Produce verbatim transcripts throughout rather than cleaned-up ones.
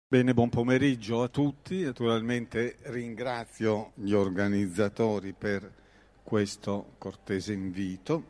Bene, buon pomeriggio a tutti. Naturalmente ringrazio gli organizzatori per questo cortese invito.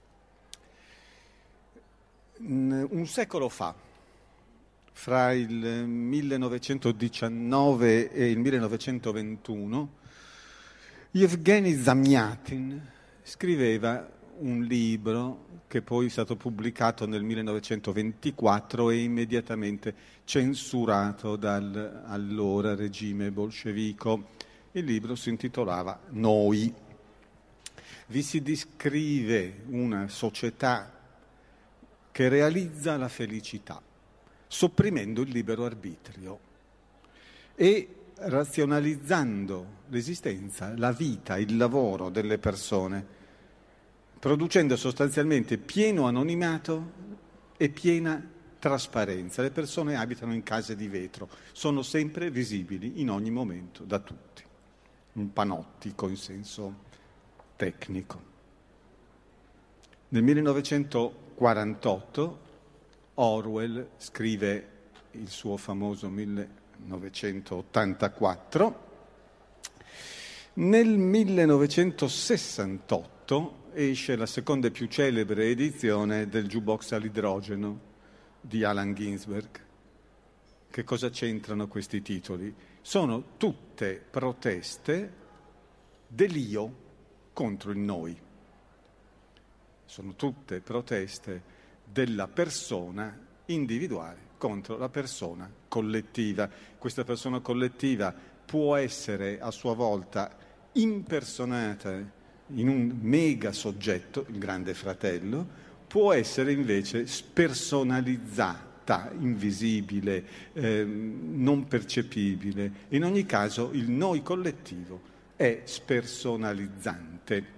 Un secolo fa, fra il millenovecentodiciannove e il millenovecentoventuno, Evgeny Zamyatin scriveva un libro che poi è stato pubblicato nel millenovecentoventiquattro e immediatamente censurato dal allora regime bolscevico. Il libro si intitolava Noi. Vi si descrive una società che realizza la felicità, sopprimendo il libero arbitrio e razionalizzando l'esistenza, la vita, il lavoro delle persone, producendo sostanzialmente pieno anonimato e piena trasparenza. Le persone abitano in case di vetro, sono sempre visibili in ogni momento da tutti. Un panottico in senso tecnico. Nel millenovecentoquarantotto Orwell scrive il suo famoso millenovecentottantaquattro. Nel millenovecentosessantotto esce la seconda e più celebre edizione del Jukebox all'idrogeno di Allen Ginsberg. Che cosa c'entrano questi titoli? Sono tutte proteste dell'io contro il noi. Sono tutte proteste della persona individuale contro la persona collettiva. Questa persona collettiva può essere a sua volta impersonata in un mega soggetto, il Grande Fratello, può essere invece spersonalizzata, invisibile, eh, non percepibile. In ogni caso il noi collettivo è spersonalizzante.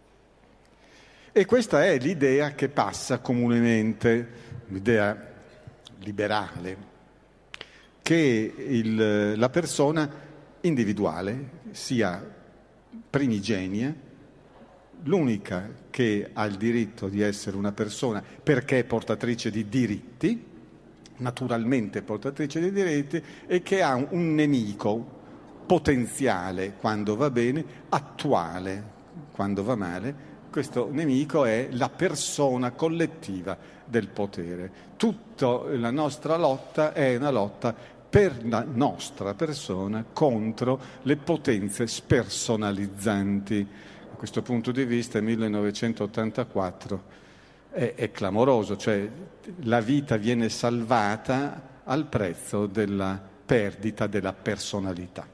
E questa è l'idea che passa comunemente, l'idea liberale, che il, la persona individuale sia primigenia, l'unica che ha il diritto di essere una persona perché è portatrice di diritti, naturalmente portatrice di diritti, e che ha un nemico potenziale quando va bene, attuale quando va male. Questo nemico è la persona collettiva del potere. Tutta la nostra lotta è una lotta per la nostra persona contro le potenze spersonalizzanti. Da questo punto di vista il millenovecentottantaquattro è, è clamoroso, cioè la vita viene salvata al prezzo della perdita della personalità.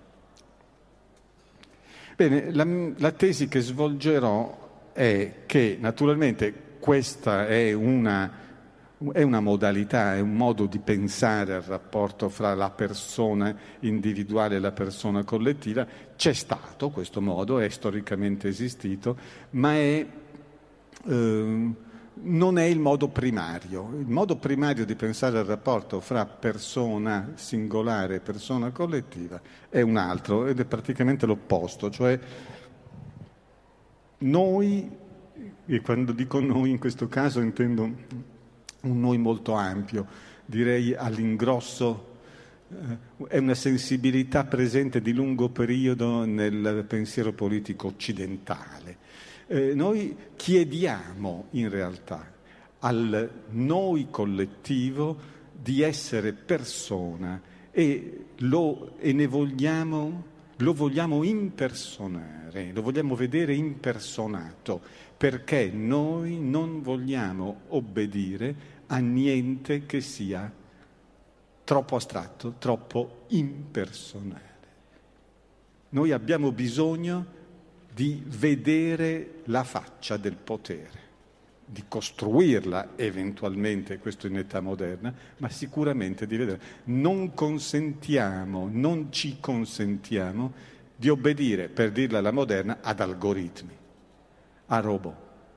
Bene, la, la tesi che svolgerò è che naturalmente questa è una, è una modalità, è un modo di pensare al rapporto fra la persona individuale e la persona collettiva. C'è stato questo modo, è storicamente esistito, ma è, eh, non è il modo primario. Il modo primario di pensare al rapporto fra persona singolare e persona collettiva è un altro ed è praticamente l'opposto, cioè noi, e quando dico noi in questo caso intendo un noi molto ampio, direi all'ingrosso, eh, è una sensibilità presente di lungo periodo nel pensiero politico occidentale. Eh, noi chiediamo in realtà al noi collettivo di essere persona e, lo, e ne vogliamo, lo vogliamo impersonare, lo vogliamo vedere impersonato, perché noi non vogliamo obbedire a niente che sia troppo astratto, troppo impersonale. Noi abbiamo bisogno di vedere la faccia del potere, di costruirla eventualmente, questo in età moderna, ma sicuramente di vedere. Non consentiamo, non ci consentiamo di obbedire, per dirla alla moderna, ad algoritmi, a robot.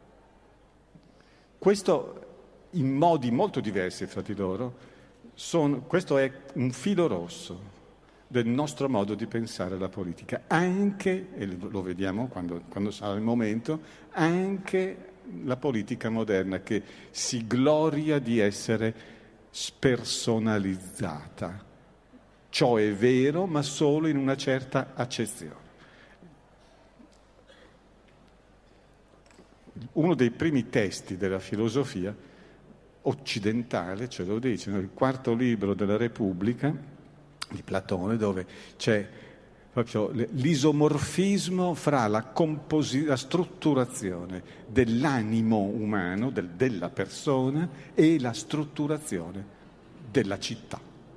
Questo in modi molto diversi fra di loro, sono, questo è un filo rosso del nostro modo di pensare alla politica, anche, e lo vediamo quando, quando sarà il momento, anche la politica moderna che si gloria di essere spersonalizzata, Ciò è vero, ma solo in una certa accezione. Uno dei primi testi della filosofia occidentale ce lo dice, nel quarto libro della Repubblica di Platone, dove c'è proprio l'isomorfismo fra la, composi- la strutturazione dell'animo umano, del, della persona, e la strutturazione della città.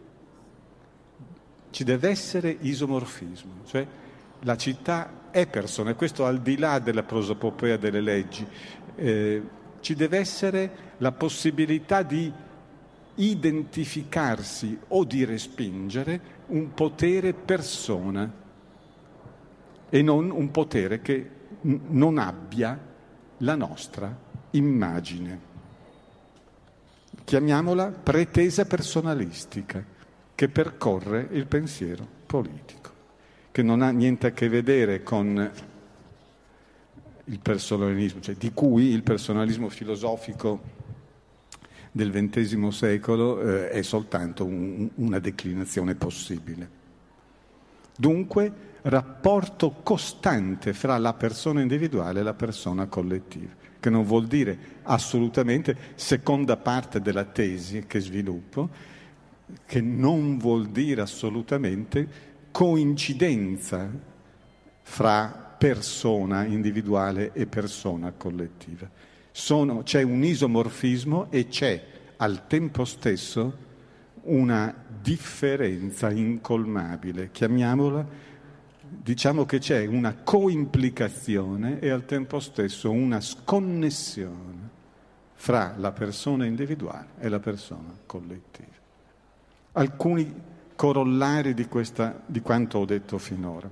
Ci deve essere isomorfismo, cioè la città è persona, e questo al di là della prosopopea delle leggi. Eh, ci deve essere la possibilità di identificarsi o di respingere un potere persona e non un potere che n- non abbia la nostra immagine. Chiamiamola pretesa personalistica, che percorre il pensiero politico, che non ha niente a che vedere con il personalismo, cioè di cui il personalismo filosofico del ventesimo secolo eh, è soltanto un, una declinazione possibile. Dunque, rapporto costante fra la persona individuale e la persona collettiva, che non vuol dire assolutamente, seconda parte della tesi che sviluppo, che non vuol dire assolutamente coincidenza fra persona individuale e persona collettiva. Sono, c'è un isomorfismo e c'è al tempo stesso una differenza incolmabile, chiamiamola, diciamo che c'è una coimplicazione e al tempo stesso una sconnessione fra la persona individuale e la persona collettiva. Alcuni corollari di, questa, di quanto ho detto finora.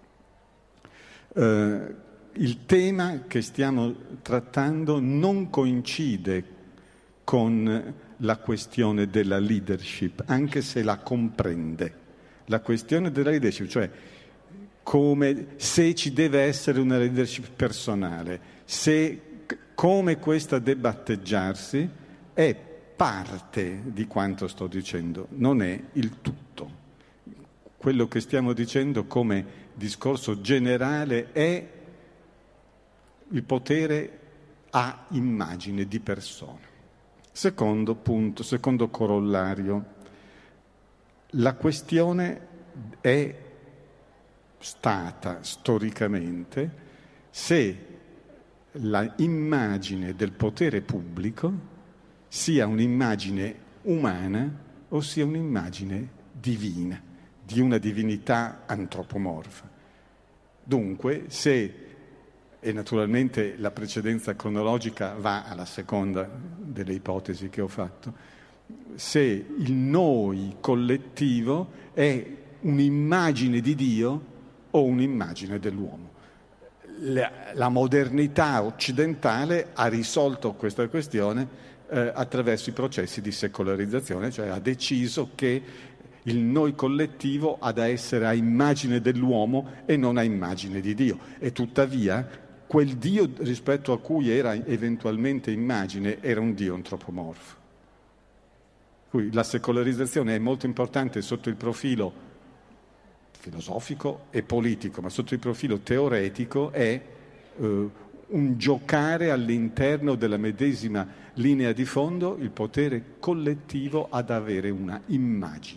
Eh, il tema che stiamo trattando non coincide con la questione della leadership, anche se la comprende. La questione della leadership, cioè come, se ci deve essere una leadership personale, se, come questa debba atteggiarsi, è parte di quanto sto dicendo, non è il tutto. Quello che stiamo dicendo come discorso generale è il potere a immagine di persona. Secondo punto, secondo corollario, la questione è stata storicamente se la immagine del potere pubblico sia un'immagine umana o sia un'immagine divina, di una divinità antropomorfa. Dunque, se, e naturalmente la precedenza cronologica va alla seconda delle ipotesi che ho fatto, se il noi collettivo è un'immagine di Dio o un'immagine dell'uomo. La, la modernità occidentale ha risolto questa questione eh, attraverso i processi di secolarizzazione, cioè ha deciso che il noi collettivo ha da essere a immagine dell'uomo e non a immagine di Dio. E tuttavia quel Dio rispetto a cui era eventualmente immagine era un Dio antropomorfo. Qui la secolarizzazione è molto importante sotto il profilo filosofico e politico, ma sotto il profilo teoretico è eh, un giocare all'interno della medesima linea di fondo il potere collettivo ad avere una immagine.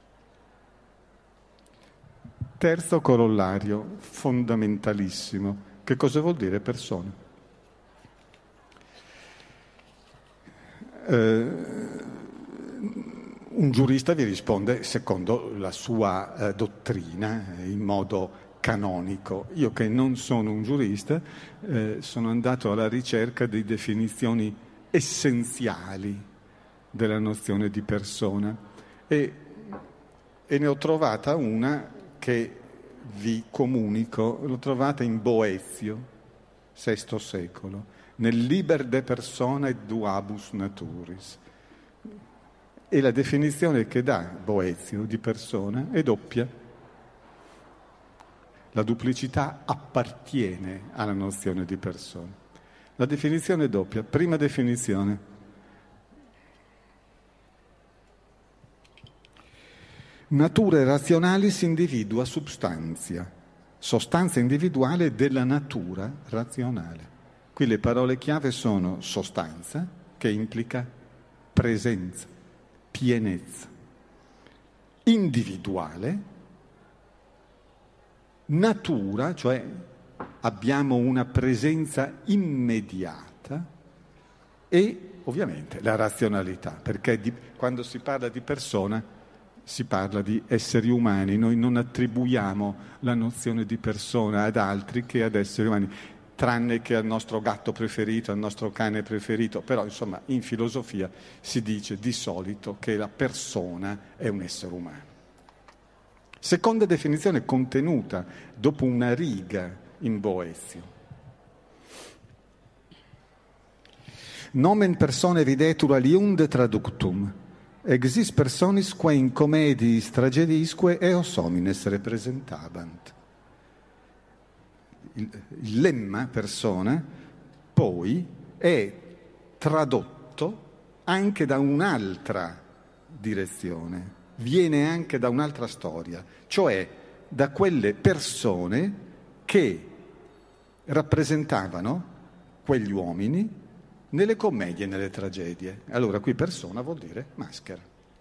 Terzo corollario, fondamentalissimo. Che cosa vuol dire persona? Eh, un giurista vi risponde secondo la sua eh, dottrina, in modo canonico. Io che non sono un giurista, eh, sono andato alla ricerca di definizioni essenziali della nozione di persona e, e ne ho trovata una che vi comunico, l'ho trovata in Boezio, sesto secolo, nel Liber de Personae Duabus Naturis. E la definizione che dà Boezio di persona è doppia. La duplicità appartiene alla nozione di persona. La definizione è doppia. Prima definizione. Natura razionalis individua substantia, sostanza individuale della natura razionale. Qui le parole chiave sono sostanza, che implica presenza, pienezza, individuale, natura, cioè abbiamo una presenza immediata, e ovviamente la razionalità, perché di, quando si parla di persona si parla di esseri umani, noi non attribuiamo la nozione di persona ad altri che ad esseri umani, tranne che al nostro gatto preferito, al nostro cane preferito, però insomma in filosofia si dice di solito che la persona è un essere umano. Seconda definizione contenuta dopo una riga in Boezio. Nomen personae videtur aliunde traductum, exis personis quae in comediis tragedisque eos homines representabant. Il, il lemma persona poi è tradotto anche da un'altra direzione, viene anche da un'altra storia, cioè da quelle persone che rappresentavano quegli uomini nelle commedie e nelle tragedie. Allora qui persona vuol dire maschera.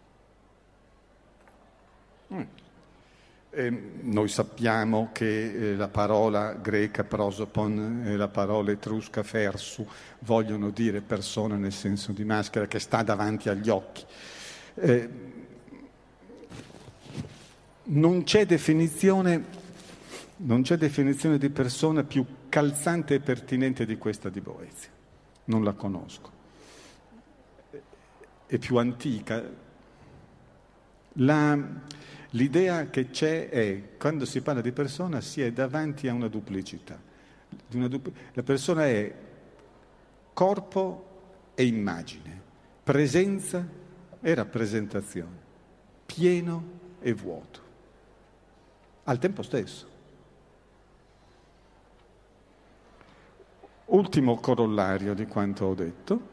Mm. E noi sappiamo che eh, la parola greca prosopon e la parola etrusca fersu vogliono dire persona nel senso di maschera che sta davanti agli occhi. Eh, non c'è definizione, non c'è definizione di persona più calzante e pertinente di questa di Boezio. Non la conosco. È più antica. La, l'idea che c'è è, quando si parla di persona, si è davanti a una duplicità. Una dupl- la persona è corpo e immagine, presenza e rappresentazione, pieno e vuoto, al tempo stesso. Ultimo corollario di quanto ho detto,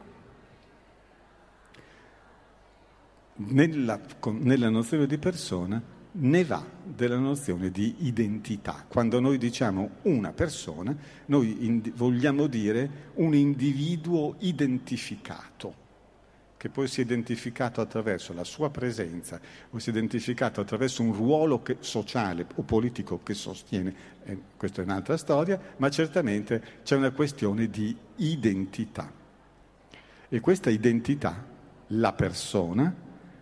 nella, nella nozione di persona ne va della nozione di identità. Quando noi diciamo una persona, noi ind- vogliamo dire un individuo identificato, che poi si è identificato attraverso la sua presenza o si è identificato attraverso un ruolo che, sociale o politico che sostiene, eh, questa è un'altra storia, ma certamente c'è una questione di identità. E questa identità, la persona,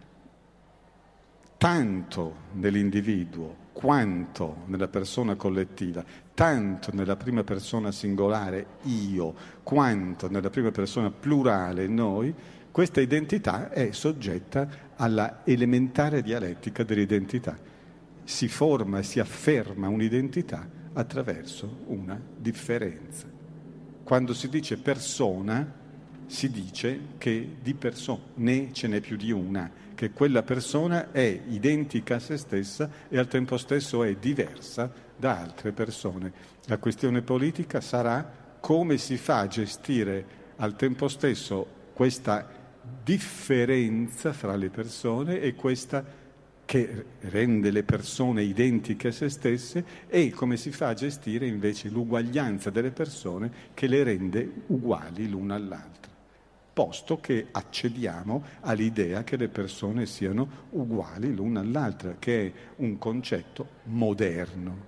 tanto nell'individuo quanto nella persona collettiva, tanto nella prima persona singolare io, quanto nella prima persona plurale noi, questa identità è soggetta alla elementare dialettica dell'identità. Si forma e si afferma un'identità attraverso una differenza. Quando si dice persona, si dice che di persona ne ce n'è più di una, che quella persona è identica a se stessa e al tempo stesso è diversa da altre persone. La questione politica sarà come si fa a gestire al tempo stesso questa differenza fra le persone e questa che rende le persone identiche a se stesse, e come si fa a gestire invece l'uguaglianza delle persone che le rende uguali l'una all'altra, posto che accediamo all'idea che le persone siano uguali l'una all'altra, che è un concetto moderno,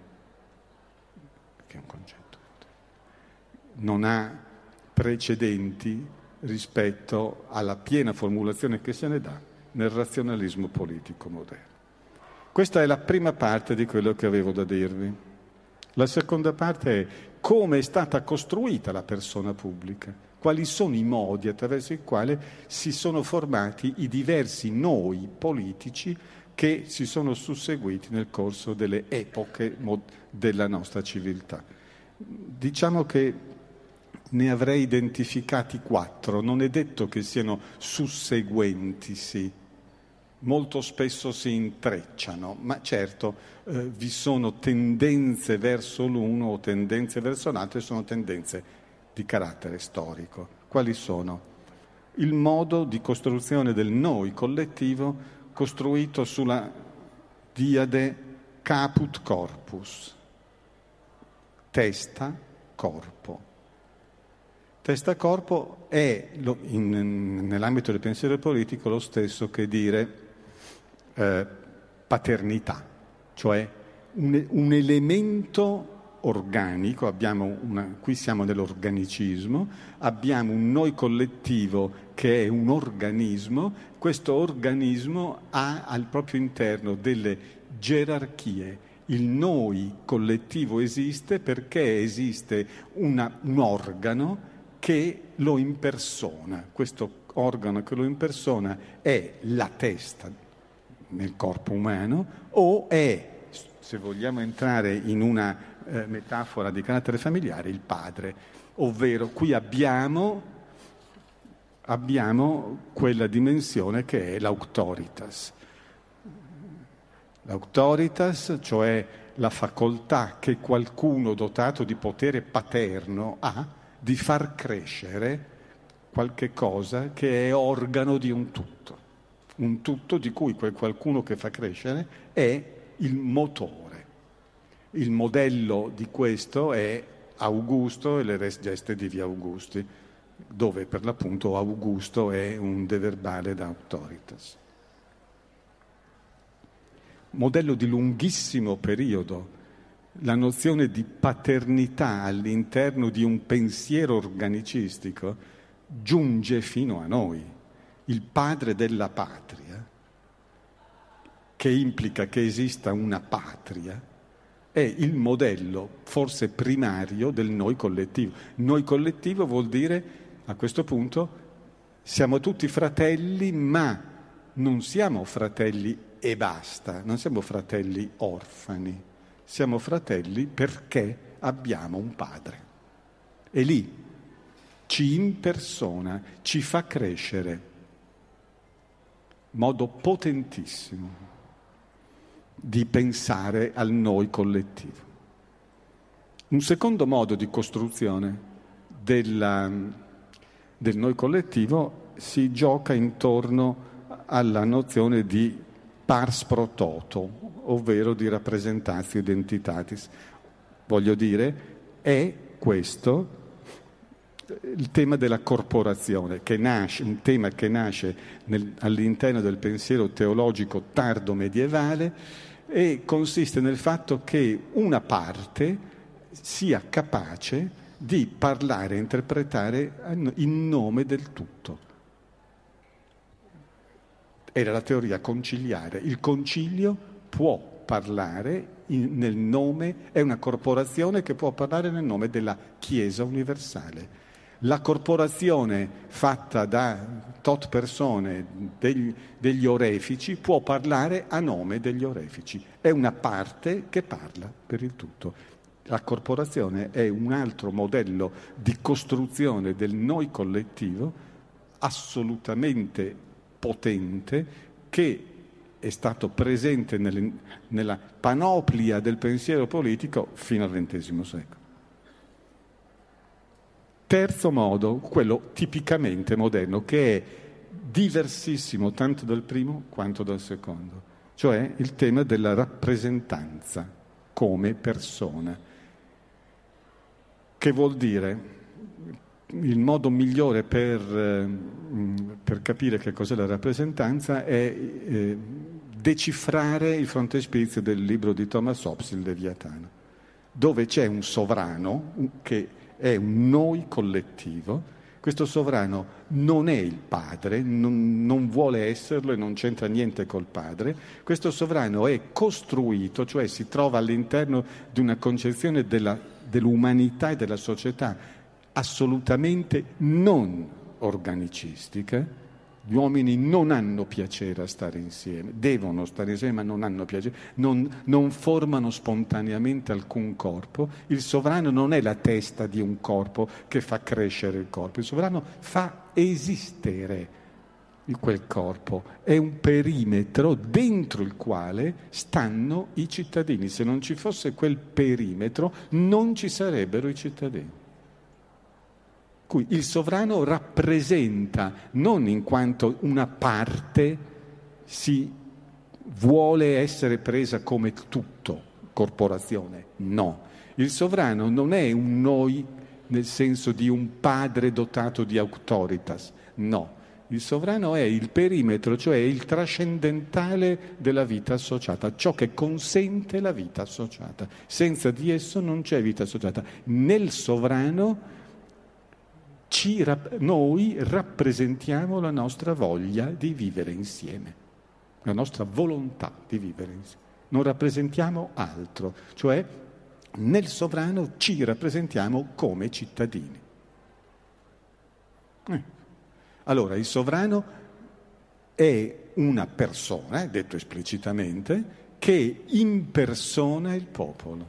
che è un concetto moderno. Non ha precedenti rispetto alla piena formulazione che se ne dà nel razionalismo politico moderno. Questa è la prima parte di quello che avevo da dirvi. La seconda parte è come è stata costruita la persona pubblica, quali sono i modi attraverso i quali si sono formati i diversi noi politici che si sono susseguiti nel corso delle epoche della nostra civiltà. Diciamo che ne avrei identificati quattro, non è detto che siano susseguenti, sì. Molto spesso si intrecciano, ma certo eh, vi sono tendenze verso l'uno o tendenze verso l'altro, e sono tendenze di carattere storico. Quali sono? Il modo di costruzione del noi collettivo costruito sulla diade caput corpus, testa, corpo. Testa-corpo è, lo, in, nell'ambito del pensiero politico, lo stesso che dire eh, paternità, cioè un, un elemento organico, abbiamo una, qui siamo nell'organicismo, abbiamo un noi collettivo che è un organismo, questo organismo ha al proprio interno delle gerarchie. Il noi collettivo esiste perché esiste una, un organo che lo impersona. Questo organo che lo impersona è la testa nel corpo umano o è, se vogliamo entrare in una eh, metafora di carattere familiare, il padre. Ovvero qui abbiamo, abbiamo quella dimensione che è l'auctoritas. L'auctoritas, cioè la facoltà che qualcuno dotato di potere paterno ha di far crescere qualche cosa che è organo di un tutto, un tutto di cui quel qualcuno che fa crescere è il motore. Il modello di questo è Augusto e le res geste di Via Augusti, dove per l'appunto Augusto è un de verbale da auctoritas. Modello di lunghissimo periodo. La nozione di paternità all'interno di un pensiero organicistico giunge fino a noi. Il padre della patria, che implica che esista una patria, è il modello forse primario del noi collettivo. Noi collettivo vuol dire, a questo punto, siamo tutti fratelli, ma non siamo fratelli e basta, non siamo fratelli orfani. Siamo fratelli perché abbiamo un padre. E lì ci impersona, ci fa crescere in modo potentissimo di pensare al noi collettivo. Un secondo modo di costruzione della, del noi collettivo si gioca intorno alla nozione di pars pro toto, ovvero di rappresentatio identitatis. Voglio dire, è questo il tema della corporazione, che nasce, un tema che nasce nel, all'interno del pensiero teologico tardo medievale e consiste nel fatto che una parte sia capace di parlare e interpretare in nome del tutto. Era la teoria conciliare. Il concilio può parlare in, nel nome, è una corporazione che può parlare nel nome della Chiesa universale. La corporazione fatta da tot persone, degli, degli orefici, può parlare a nome degli orefici. È una parte che parla per il tutto. La corporazione è un altro modello di costruzione del noi collettivo assolutamente potente, che è stato presente nelle, nella panoplia del pensiero politico fino al ventesimo secolo. Terzo modo, quello tipicamente moderno, che è diversissimo tanto dal primo quanto dal secondo, cioè il tema della rappresentanza come persona, che vuol dire il modo migliore per, per capire che cos'è la rappresentanza è eh, decifrare il frontespizio del libro di Thomas Hobbes, il Leviatano, dove c'è un sovrano che è un noi collettivo. Questo sovrano non è il padre, non, non vuole esserlo e non c'entra niente col padre. Questo sovrano è costruito, cioè si trova all'interno di una concezione della, dell'umanità e della società assolutamente non organicistica. Gli uomini non hanno piacere a stare insieme, devono stare insieme ma non hanno piacere, non, non formano spontaneamente alcun corpo. Il sovrano non è la testa di un corpo che fa crescere il corpo, il sovrano fa esistere quel corpo, è un perimetro dentro il quale stanno i cittadini. Se non ci fosse quel perimetro non ci sarebbero i cittadini. Cui il sovrano rappresenta, non in quanto una parte si vuole essere presa come tutto, corporazione. No. Il sovrano non è un noi nel senso di un padre dotato di autoritas. No. Il sovrano è il perimetro, cioè il trascendentale della vita associata, ciò che consente la vita associata. Senza di esso non c'è vita associata. Nel sovrano ci, noi rappresentiamo la nostra voglia di vivere insieme, la nostra volontà di vivere insieme. Non rappresentiamo altro, cioè nel sovrano ci rappresentiamo come cittadini. Eh. Allora, il sovrano è una persona, detto esplicitamente, che impersona il popolo.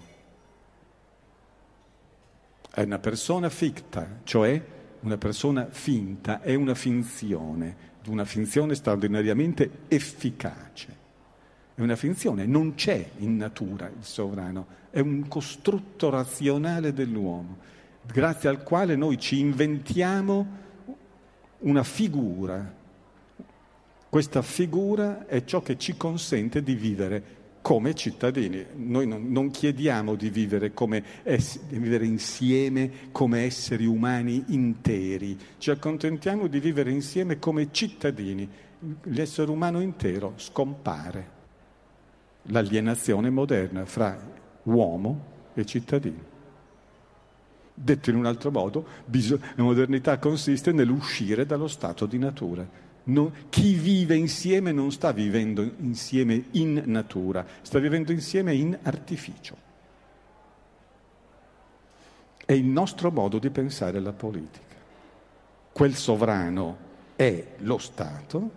È una persona ficta, cioè una persona finta, è una finzione, una finzione straordinariamente efficace. È una finzione, non c'è in natura il sovrano, è un costrutto razionale dell'uomo, grazie al quale noi ci inventiamo una figura. Questa figura è ciò che ci consente di vivere come cittadini. Noi non, non chiediamo di vivere, come ess- di vivere insieme come esseri umani interi, ci accontentiamo di vivere insieme come cittadini. L'essere umano intero scompare. L'alienazione moderna fra uomo e cittadino. Detto in un altro modo, la modernità consiste nell'uscire dallo stato di natura. Non, chi vive insieme non sta vivendo insieme in natura, sta vivendo insieme in artificio. È il nostro modo di pensare la politica. Quel sovrano è lo Stato.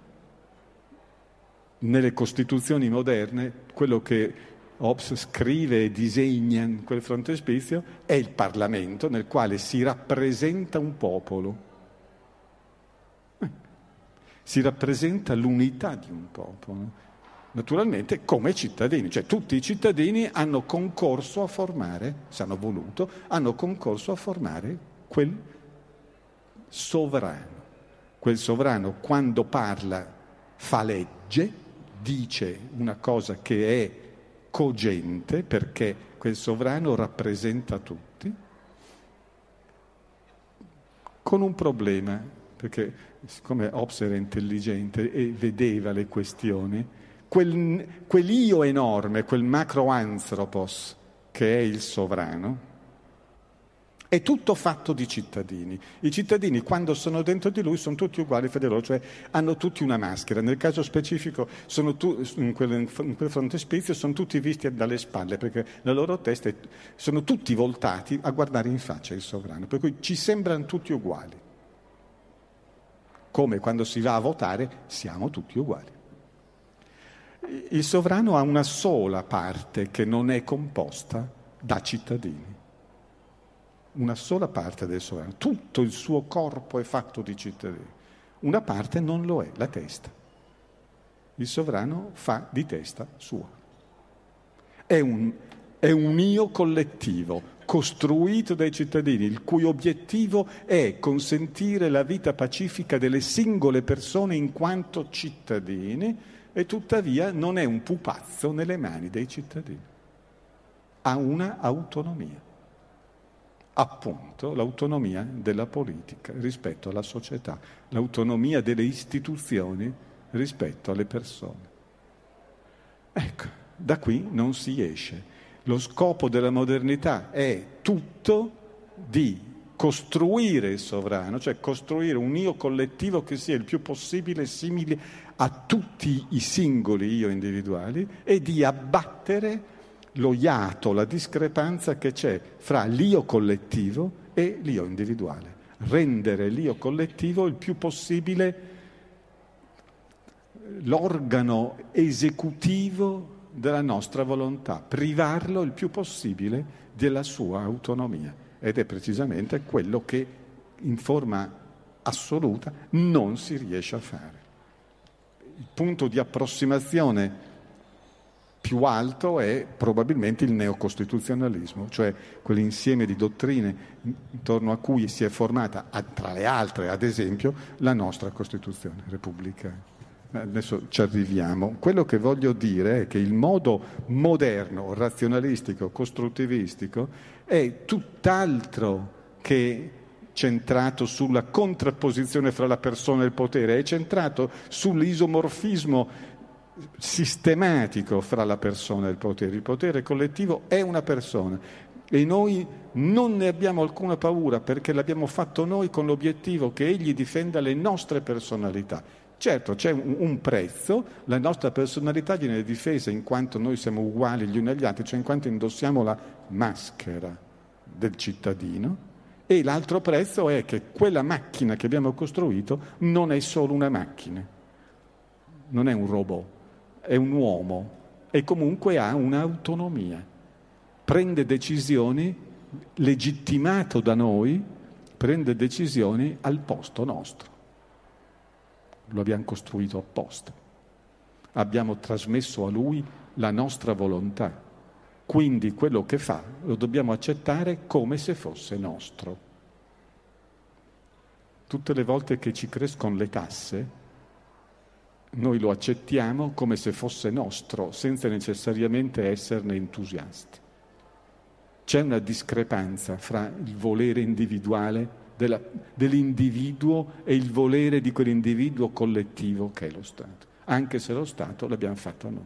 Nelle Costituzioni moderne, quello che Hobbes scrive e disegna in quel frontespizio è il Parlamento nel quale si rappresenta un popolo, eh, si rappresenta l'unità di un popolo, naturalmente come cittadini, cioè tutti i cittadini hanno concorso a formare, se hanno voluto, hanno concorso a formare quel sovrano. Quel sovrano quando parla fa legge, dice una cosa che è cogente, perché quel sovrano rappresenta tutti, con un problema, perché siccome Hobbes era intelligente e vedeva le questioni, quel, quell'io enorme, quel macroanthropos che è il sovrano, è tutto fatto di cittadini. I cittadini, quando sono dentro di lui, sono tutti uguali fra di loro, cioè hanno tutti una maschera. Nel caso specifico, sono tu, in, quel, in quel frontespizio, sono tutti visti dalle spalle, perché la loro testa è, sono tutti voltati a guardare in faccia il sovrano, per cui ci sembrano tutti uguali. Come quando si va a votare, siamo tutti uguali. Il sovrano ha una sola parte che non è composta da cittadini. Una sola parte del sovrano, tutto il suo corpo è fatto di cittadini, una parte non lo è, la testa. Il sovrano fa di testa sua. È un, è un io collettivo, costruito dai cittadini, il cui obiettivo è consentire la vita pacifica delle singole persone in quanto cittadini, e tuttavia non è un pupazzo nelle mani dei cittadini. Ha una autonomia. Appunto l'autonomia della politica rispetto alla società, l'autonomia delle istituzioni rispetto alle persone. Ecco, da qui non si esce. Lo scopo della modernità è tutto di costruire il sovrano, cioè costruire un io collettivo che sia il più possibile simile a tutti i singoli io individuali e di abbattere lo iato, la discrepanza che c'è fra l'io collettivo e l'io individuale. Rendere l'io collettivo il più possibile l'organo esecutivo della nostra volontà, privarlo il più possibile della sua autonomia. Ed è precisamente quello che in forma assoluta non si riesce a fare. Il punto di approssimazione più alto è probabilmente il neocostituzionalismo, cioè quell'insieme di dottrine intorno a cui si è formata, tra le altre, ad esempio, la nostra Costituzione repubblicana. Adesso ci arriviamo. Quello che voglio dire è che il modo moderno, razionalistico, costruttivistico è tutt'altro che centrato sulla contrapposizione fra la persona e il potere, è centrato sull'isomorfismo sistematico fra la persona e il potere. Il potere collettivo è una persona e noi non ne abbiamo alcuna paura perché l'abbiamo fatto noi con l'obiettivo che egli difenda le nostre personalità. Certo, c'è un, un prezzo, la nostra personalità viene difesa in quanto noi siamo uguali gli uni agli altri, cioè in quanto indossiamo la maschera del cittadino, e l'altro prezzo è che quella macchina che abbiamo costruito non è solo una macchina, non è un robot, è un uomo e comunque ha un'autonomia, prende decisioni legittimato da noi, prende decisioni al posto nostro. Lo abbiamo costruito apposta. Abbiamo trasmesso a lui la nostra volontà. Quindi quello che fa lo dobbiamo accettare come se fosse nostro. Tutte le volte che ci crescono le tasse, noi lo accettiamo come se fosse nostro, senza necessariamente esserne entusiasti. C'è una discrepanza fra il volere individuale Della, dell'individuo e il volere di quell'individuo collettivo che è lo Stato, anche se lo Stato l'abbiamo fatto noi.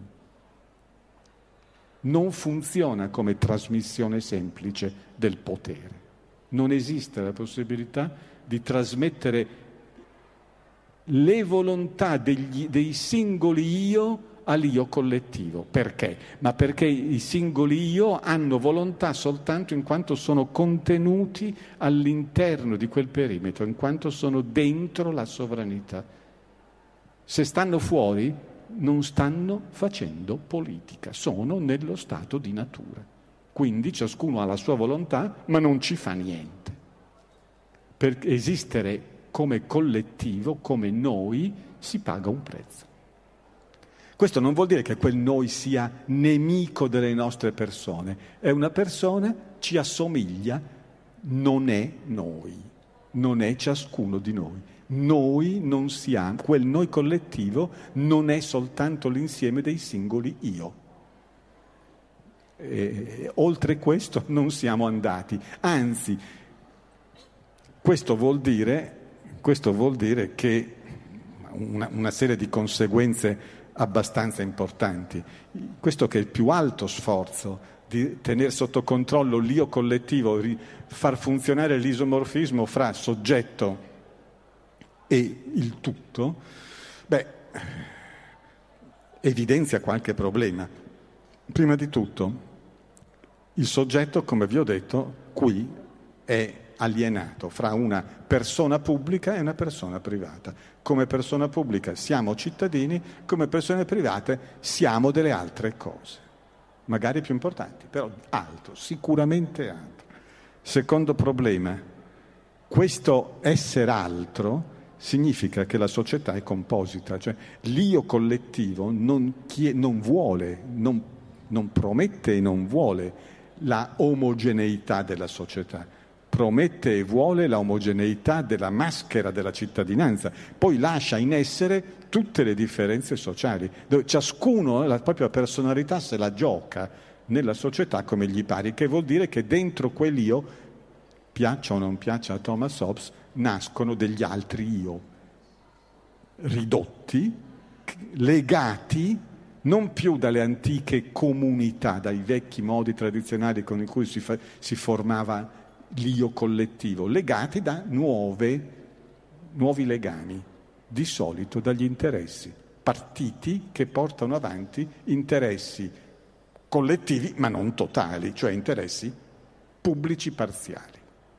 Non funziona come trasmissione semplice del potere. Non esiste la possibilità di trasmettere le volontà degli, dei singoli io all'io collettivo. Perché? Ma perché i singoli io hanno volontà soltanto in quanto sono contenuti all'interno di quel perimetro, in quanto sono dentro la sovranità. Se stanno fuori, non stanno facendo politica, sono nello stato di natura. Quindi ciascuno ha la sua volontà, ma non ci fa niente. Per esistere come collettivo, come noi, si paga un prezzo. Questo non vuol dire che quel noi sia nemico delle nostre persone. È una persona, ci assomiglia, non è noi, non è ciascuno di noi. Noi non siamo, quel noi collettivo non è soltanto l'insieme dei singoli io. E, oltre questo non siamo andati. Anzi, questo vuol dire, questo vuol dire che una, una serie di conseguenze abbastanza importanti. Questo che è il più alto sforzo di tenere sotto controllo l'io collettivo, far funzionare l'isomorfismo fra soggetto e il tutto, beh, evidenzia qualche problema. Prima di tutto, il soggetto, come vi ho detto, qui è alienato fra una persona pubblica e una persona privata. Come persona pubblica siamo cittadini, come persone private siamo delle altre cose, magari più importanti, però altro, sicuramente altro. Secondo problema, questo essere altro significa che la società è composita, cioè l'io collettivo non, chie- non vuole, non, non promette e non vuole la omogeneità della società, promette e vuole la omogeneità della maschera della cittadinanza, poi lascia in essere tutte le differenze sociali, dove ciascuno la propria personalità se la gioca nella società come gli pare, che vuol dire che dentro quell'io, piaccia o non piaccia a Thomas Hobbes, nascono degli altri io, ridotti, legati non più dalle antiche comunità, dai vecchi modi tradizionali con cui si, fa, si formava l'io collettivo, legati da nuove, nuovi legami, di solito dagli interessi, partiti che portano avanti interessi collettivi ma non totali, cioè interessi pubblici parziali.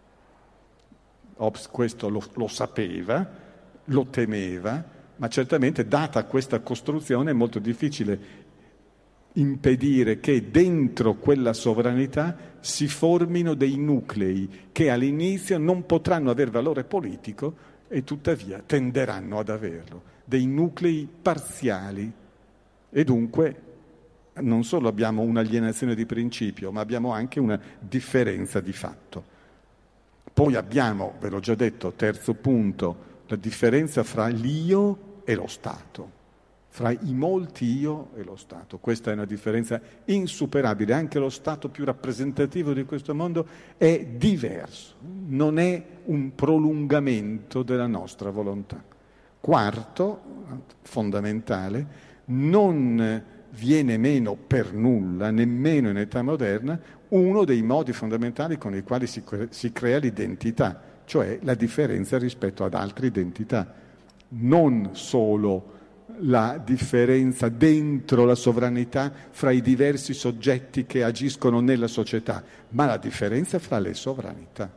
Hobbes questo lo, lo sapeva, lo temeva, ma certamente data questa costruzione è molto difficile impedire che dentro quella sovranità si formino dei nuclei che all'inizio non potranno aver valore politico e tuttavia tenderanno ad averlo, dei nuclei parziali e dunque non solo abbiamo un'alienazione di principio, ma abbiamo anche una differenza di fatto. Poi abbiamo, ve l'ho già detto, terzo punto, la differenza fra l'io e lo Stato. fra i molti io e lo Stato. Questa è una differenza insuperabile. Anche lo Stato più rappresentativo di questo mondo è diverso, non è un prolungamento della nostra volontà. Quarto, fondamentale, non viene meno per nulla, nemmeno in età moderna, uno dei modi fondamentali con i quali si, si crea l'identità, cioè la differenza rispetto ad altre identità. Non solo la differenza dentro la sovranità fra i diversi soggetti che agiscono nella società, ma la differenza fra le sovranità.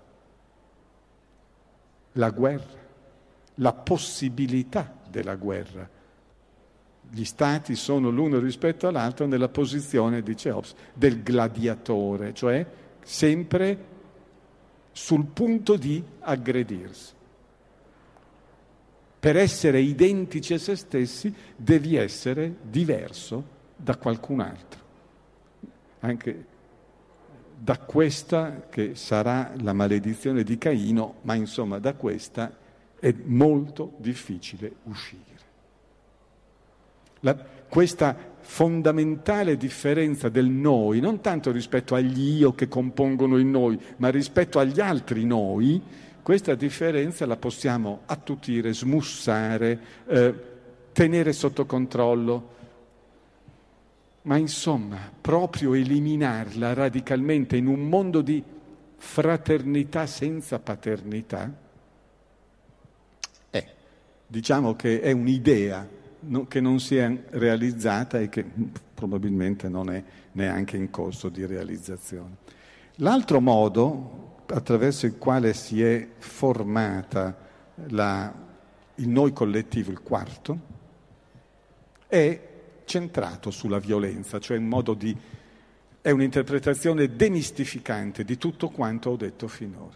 La guerra, la possibilità della guerra. Gli stati sono l'uno rispetto all'altro nella posizione, dice Hobbes, del gladiatore, cioè sempre sul punto di aggredirsi. Per essere identici a se stessi devi essere diverso da qualcun altro. Anche da questa che sarà la maledizione di Caino, ma insomma da questa è molto difficile uscire. La, questa fondamentale differenza del noi, non tanto rispetto agli io che compongono il noi, ma rispetto agli altri noi, questa differenza la possiamo attutire, smussare, eh, tenere sotto controllo, ma insomma proprio eliminarla radicalmente in un mondo di fraternità senza paternità, è, diciamo che è un'idea no, che non si è realizzata e che probabilmente non è neanche in corso di realizzazione. L'altro modo attraverso il quale si è formata la, il noi collettivo, il quarto, è centrato sulla violenza, cioè un modo di, è un'interpretazione demistificante di tutto quanto ho detto finora.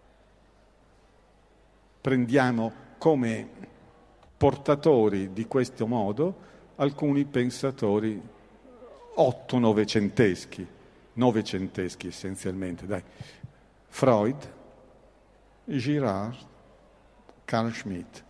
Prendiamo come portatori di questo modo alcuni pensatori otto novecenteschi, novecenteschi essenzialmente, dai. Freud, Girard, Carl Schmitt.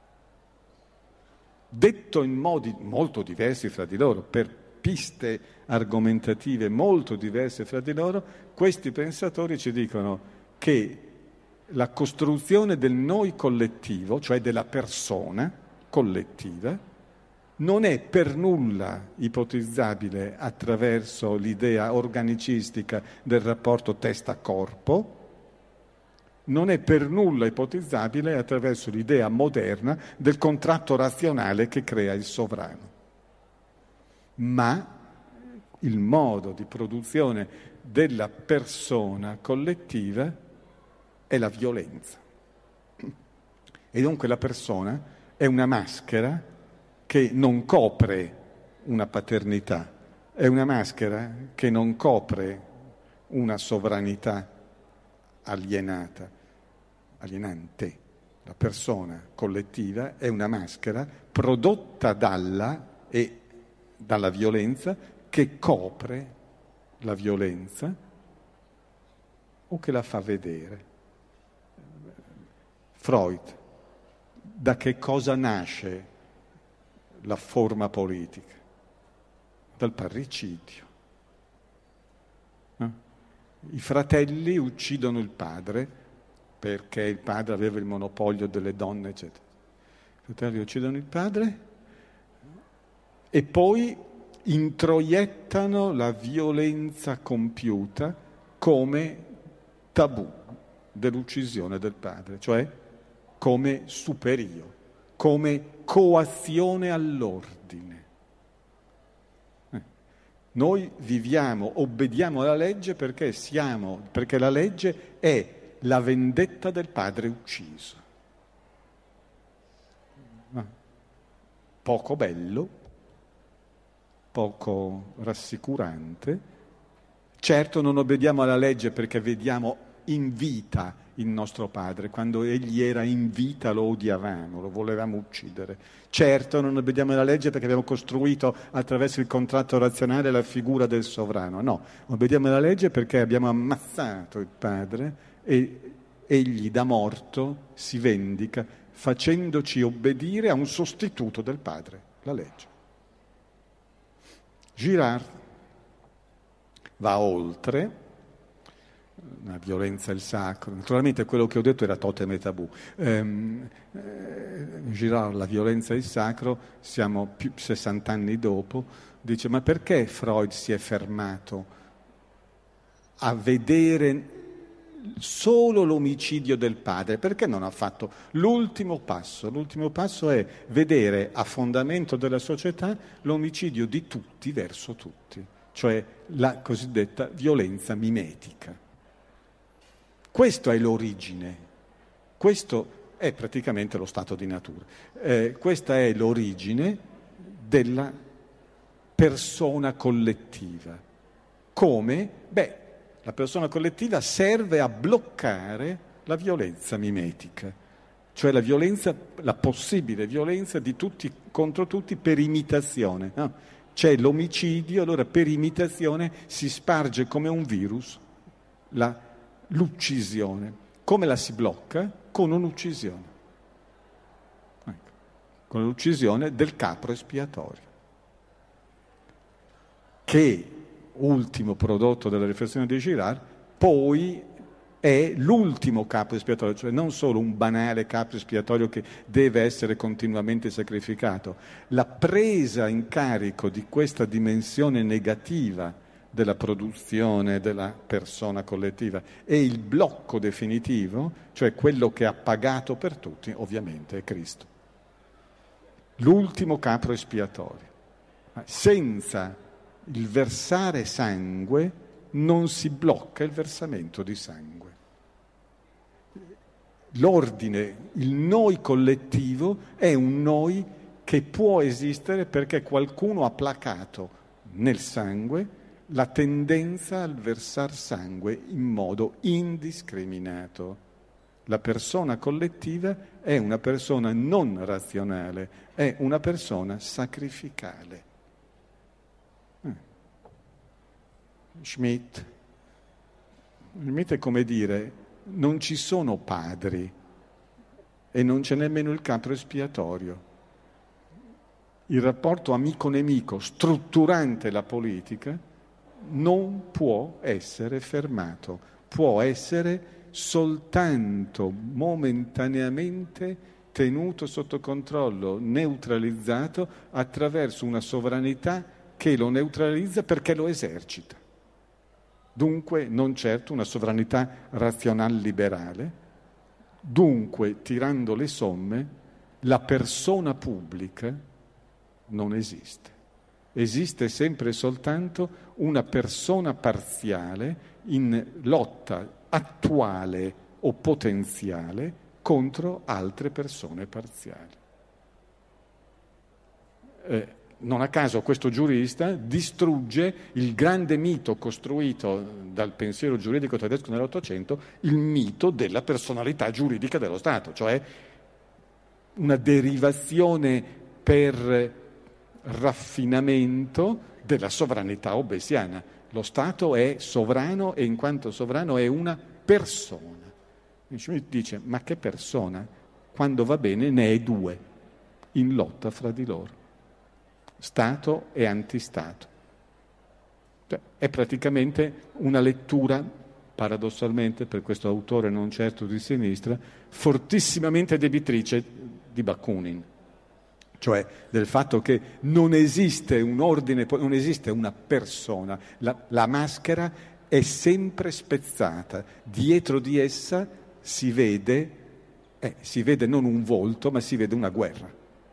Detto in modi molto diversi fra di loro, per piste argomentative molto diverse fra di loro, questi pensatori ci dicono che la costruzione del noi collettivo, cioè della persona collettiva, non è per nulla ipotizzabile attraverso l'idea organicistica del rapporto testa-corpo, non è per nulla ipotizzabile attraverso l'idea moderna del contratto razionale che crea il sovrano. Ma il modo di produzione della persona collettiva è la violenza. E dunque la persona è una maschera che non copre una paternità, è una maschera che non copre una sovranità alienata, alienante. La persona collettiva è una maschera prodotta dalla e dalla violenza che copre la violenza o che la fa vedere. Freud, da che cosa nasce la forma politica? Dal parricidio. No? I fratelli uccidono il padre perché il padre aveva il monopolio delle donne, eccetera. I fratelli uccidono il padre e poi introiettano la violenza compiuta come tabù dell'uccisione del padre, cioè come superio, come coazione all'ordine. Eh. Noi viviamo, obbediamo alla legge perché siamo, perché la legge è la vendetta del padre ucciso. Eh. Poco bello, poco rassicurante. Certo non obbediamo alla legge perché vediamo in vita il nostro padre, quando egli era in vita lo odiavamo, lo volevamo uccidere. Certo non obbediamo alla legge perché abbiamo costruito attraverso il contratto razionale la figura del sovrano, no, obbediamo alla legge perché abbiamo ammazzato il padre e egli da morto si vendica facendoci obbedire a un sostituto del padre, la legge. Girard va oltre la violenza e il sacro. Naturalmente quello che ho detto era totem e tabù. Ehm, eh, Girard, la violenza e il sacro, siamo più sessanta anni dopo, dice: ma perché Freud si è fermato a vedere solo l'omicidio del padre? Perché non ha fatto l'ultimo passo? L'ultimo passo è vedere a fondamento della società l'omicidio di tutti verso tutti, cioè la cosiddetta violenza mimetica. Questo è l'origine, questo è praticamente lo stato di natura. Eh, questa è l'origine della persona collettiva. Come? Beh, la persona collettiva serve a bloccare la violenza mimetica, cioè la violenza, la possibile violenza di tutti contro tutti per imitazione. No? C'è l'omicidio, allora per imitazione si sparge come un virus la l'uccisione. Come la si blocca? Con un'uccisione. Ecco. Con l'uccisione del capro espiatorio. Che, ultimo prodotto della riflessione di Girard, poi è l'ultimo capro espiatorio, cioè non solo un banale capro espiatorio che deve essere continuamente sacrificato. La presa in carico di questa dimensione negativa della produzione della persona collettiva e il blocco definitivo, cioè quello che ha pagato per tutti, ovviamente è Cristo. L'ultimo capro espiatorio. Senza il versare sangue non si blocca il versamento di sangue. L'ordine, il noi collettivo è un noi che può esistere perché qualcuno ha placato nel sangue la tendenza al versar sangue in modo indiscriminato. La persona collettiva è una persona non razionale, è una persona sacrificale. Eh. Schmitt. Schmitt è come dire: non ci sono padri e non c'è nemmeno il capro espiatorio. Il rapporto amico-nemico strutturante la politica non può essere fermato, può essere soltanto momentaneamente tenuto sotto controllo, neutralizzato attraverso una sovranità che lo neutralizza perché lo esercita. Dunque non certo una sovranità razionale liberale, dunque tirando le somme la persona pubblica non esiste. Esiste sempre e soltanto una persona parziale in lotta attuale o potenziale contro altre persone parziali. Eh, non a caso questo giurista distrugge il grande mito costruito dal pensiero giuridico tedesco nell'Ottocento, il mito della personalità giuridica dello Stato, cioè una derivazione per raffinamento della sovranità hobbesiana. Lo Stato è sovrano e in quanto sovrano è una persona. E Schmitt dice: ma che persona? Quando va bene ne è due, in lotta fra di loro. Stato e antistato. Cioè, è praticamente una lettura, paradossalmente, per questo autore non certo di sinistra, fortissimamente debitrice di Bakunin. Cioè del fatto che non esiste un ordine, non esiste una persona, la, la maschera è sempre spezzata, dietro di essa si vede, eh, si vede non un volto, ma si vede una guerra.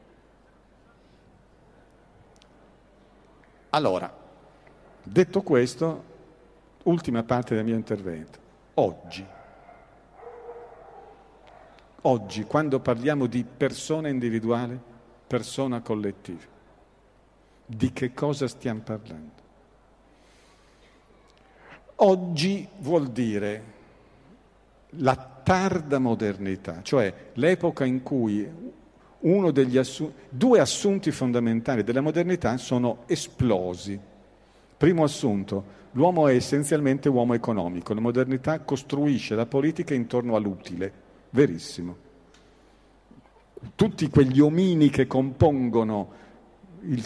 Allora, detto questo, ultima parte del mio intervento. Oggi, oggi, quando parliamo di persona individuale, persona collettiva, di che cosa stiamo parlando? Oggi vuol dire la tarda modernità, cioè l'epoca in cui uno degli assu- due assunti fondamentali della modernità sono esplosi. Primo assunto: l'uomo è essenzialmente uomo economico, la modernità costruisce la politica intorno all'utile, verissimo. Tutti quegli omini che compongono il,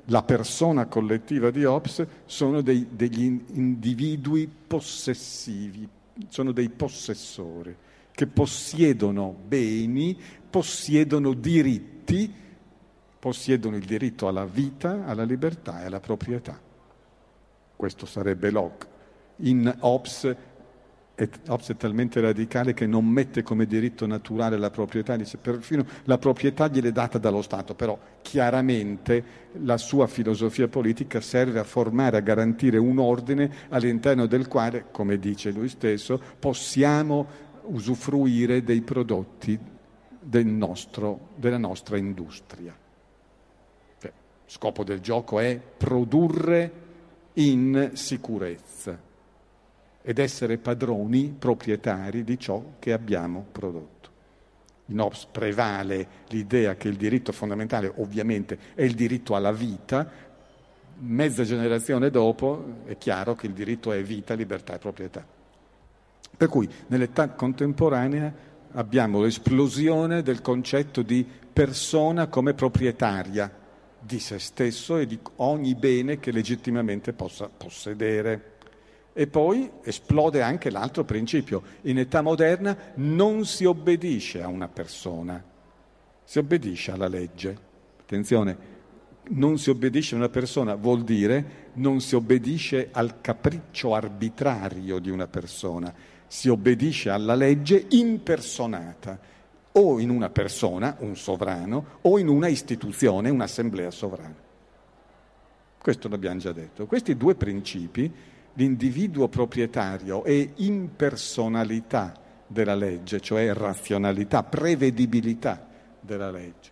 la persona collettiva di Hobbes sono dei, degli individui possessivi, sono dei possessori che possiedono beni, possiedono diritti, possiedono il diritto alla vita, alla libertà e alla proprietà. Questo sarebbe Locke. In Hobbes è, Hobbes è talmente radicale che non mette come diritto naturale la proprietà, dice perfino la proprietà gliele è data dallo Stato, però chiaramente la sua filosofia politica serve a formare, a garantire un ordine all'interno del quale, come dice lui stesso, possiamo usufruire dei prodotti del nostro, della nostra industria. Cioè, scopo del gioco è produrre in sicurezza ed essere padroni, proprietari di ciò che abbiamo prodotto. In Hobbes prevale l'idea che il diritto fondamentale ovviamente è il diritto alla vita, mezza generazione dopo è chiaro che il diritto è vita, libertà e proprietà. Per cui nell'età contemporanea abbiamo l'esplosione del concetto di persona come proprietaria di se stesso e di ogni bene che legittimamente possa possedere. E poi esplode anche l'altro principio. In età moderna non si obbedisce a una persona, si obbedisce alla legge. Attenzione, non si obbedisce a una persona vuol dire non si obbedisce al capriccio arbitrario di una persona, si obbedisce alla legge impersonata, o in una persona, un sovrano, o in una istituzione, un'assemblea sovrana. Questo l'abbiamo già detto. Questi due principi, l'individuo proprietario e impersonalità della legge, cioè razionalità, prevedibilità della legge,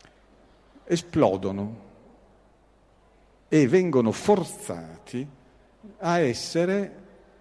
esplodono e vengono forzati a essere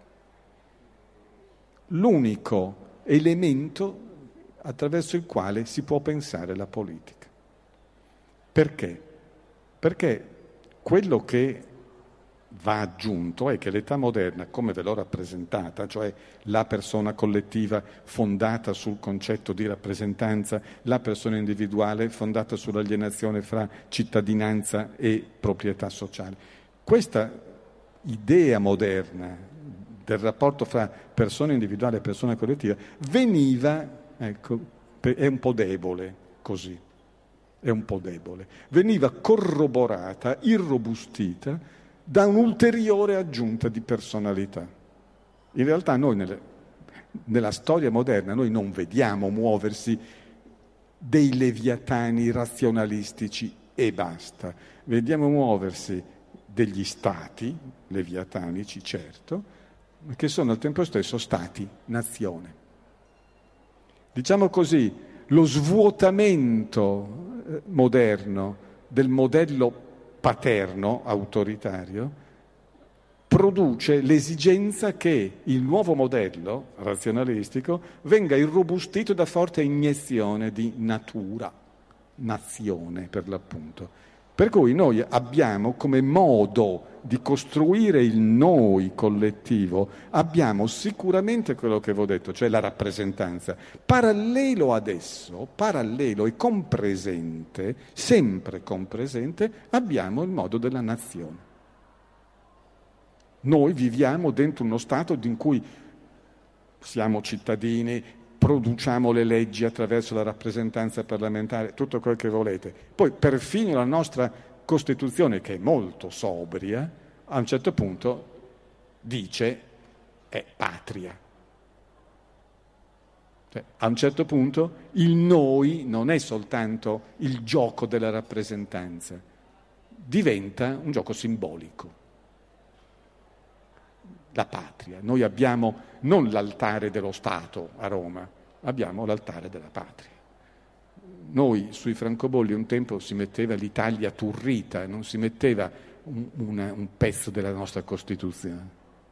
l'unico elemento attraverso il quale si può pensare la politica. Perché? Perché quello che va aggiunto è che l'età moderna, come ve l'ho rappresentata, cioè la persona collettiva fondata sul concetto di rappresentanza, la persona individuale fondata sull'alienazione fra cittadinanza e proprietà sociale, questa idea moderna del rapporto fra persona individuale e persona collettiva veniva, ecco, è un po' debole così, è un po' debole, veniva corroborata, irrobustita da un'ulteriore aggiunta di personalità. In realtà noi nelle, nella storia moderna noi non vediamo muoversi dei leviatani razionalistici e basta, vediamo muoversi degli stati leviatanici, certo, ma che sono al tempo stesso stati-nazione. Diciamo così, lo svuotamento moderno del modello paterno, autoritario, produce l'esigenza che il nuovo modello razionalistico venga irrobustito da forte iniezione di natura, nazione per l'appunto. Per cui noi abbiamo come modo di costruire il noi collettivo, abbiamo sicuramente quello che avevo detto, cioè la rappresentanza. Parallelo ad esso, parallelo e compresente, sempre compresente, abbiamo il modo della nazione. Noi viviamo dentro uno stato in cui siamo cittadini, produciamo le leggi attraverso la rappresentanza parlamentare, tutto quel che volete. Poi perfino la nostra Costituzione, che è molto sobria, a un certo punto dice è patria. Cioè, a un certo punto il noi non è soltanto il gioco della rappresentanza, diventa un gioco simbolico. La patria. Noi abbiamo non l'altare dello Stato a Roma, abbiamo l'altare della patria. Noi sui francobolli un tempo si metteva l'Italia turrita, non si metteva un, una, un pezzo della nostra Costituzione.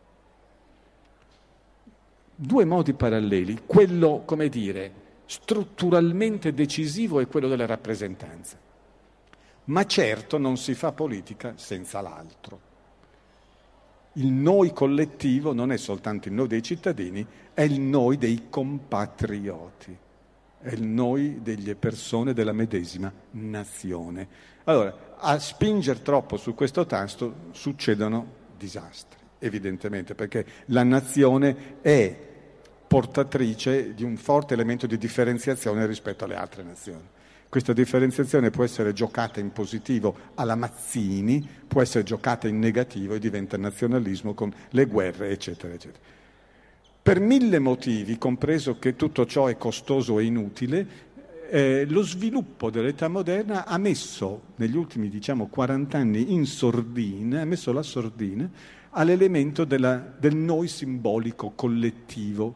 Due modi paralleli, quello, come dire, strutturalmente decisivo è quello della rappresentanza, ma certo non si fa politica senza l'altro. Il noi collettivo non è soltanto il noi dei cittadini, è il noi dei compatrioti, è il noi delle persone della medesima nazione. Allora, a spingere troppo su questo tasto succedono disastri, evidentemente, perché la nazione è portatrice di un forte elemento di differenziazione rispetto alle altre nazioni. Questa differenziazione può essere giocata in positivo alla Mazzini, può essere giocata in negativo e diventa nazionalismo con le guerre, eccetera, eccetera. Per mille motivi, compreso che tutto ciò è costoso e inutile, eh, lo sviluppo dell'età moderna ha messo, negli ultimi, diciamo, quaranta anni in sordina, ha messo la sordina all'elemento della, del noi simbolico collettivo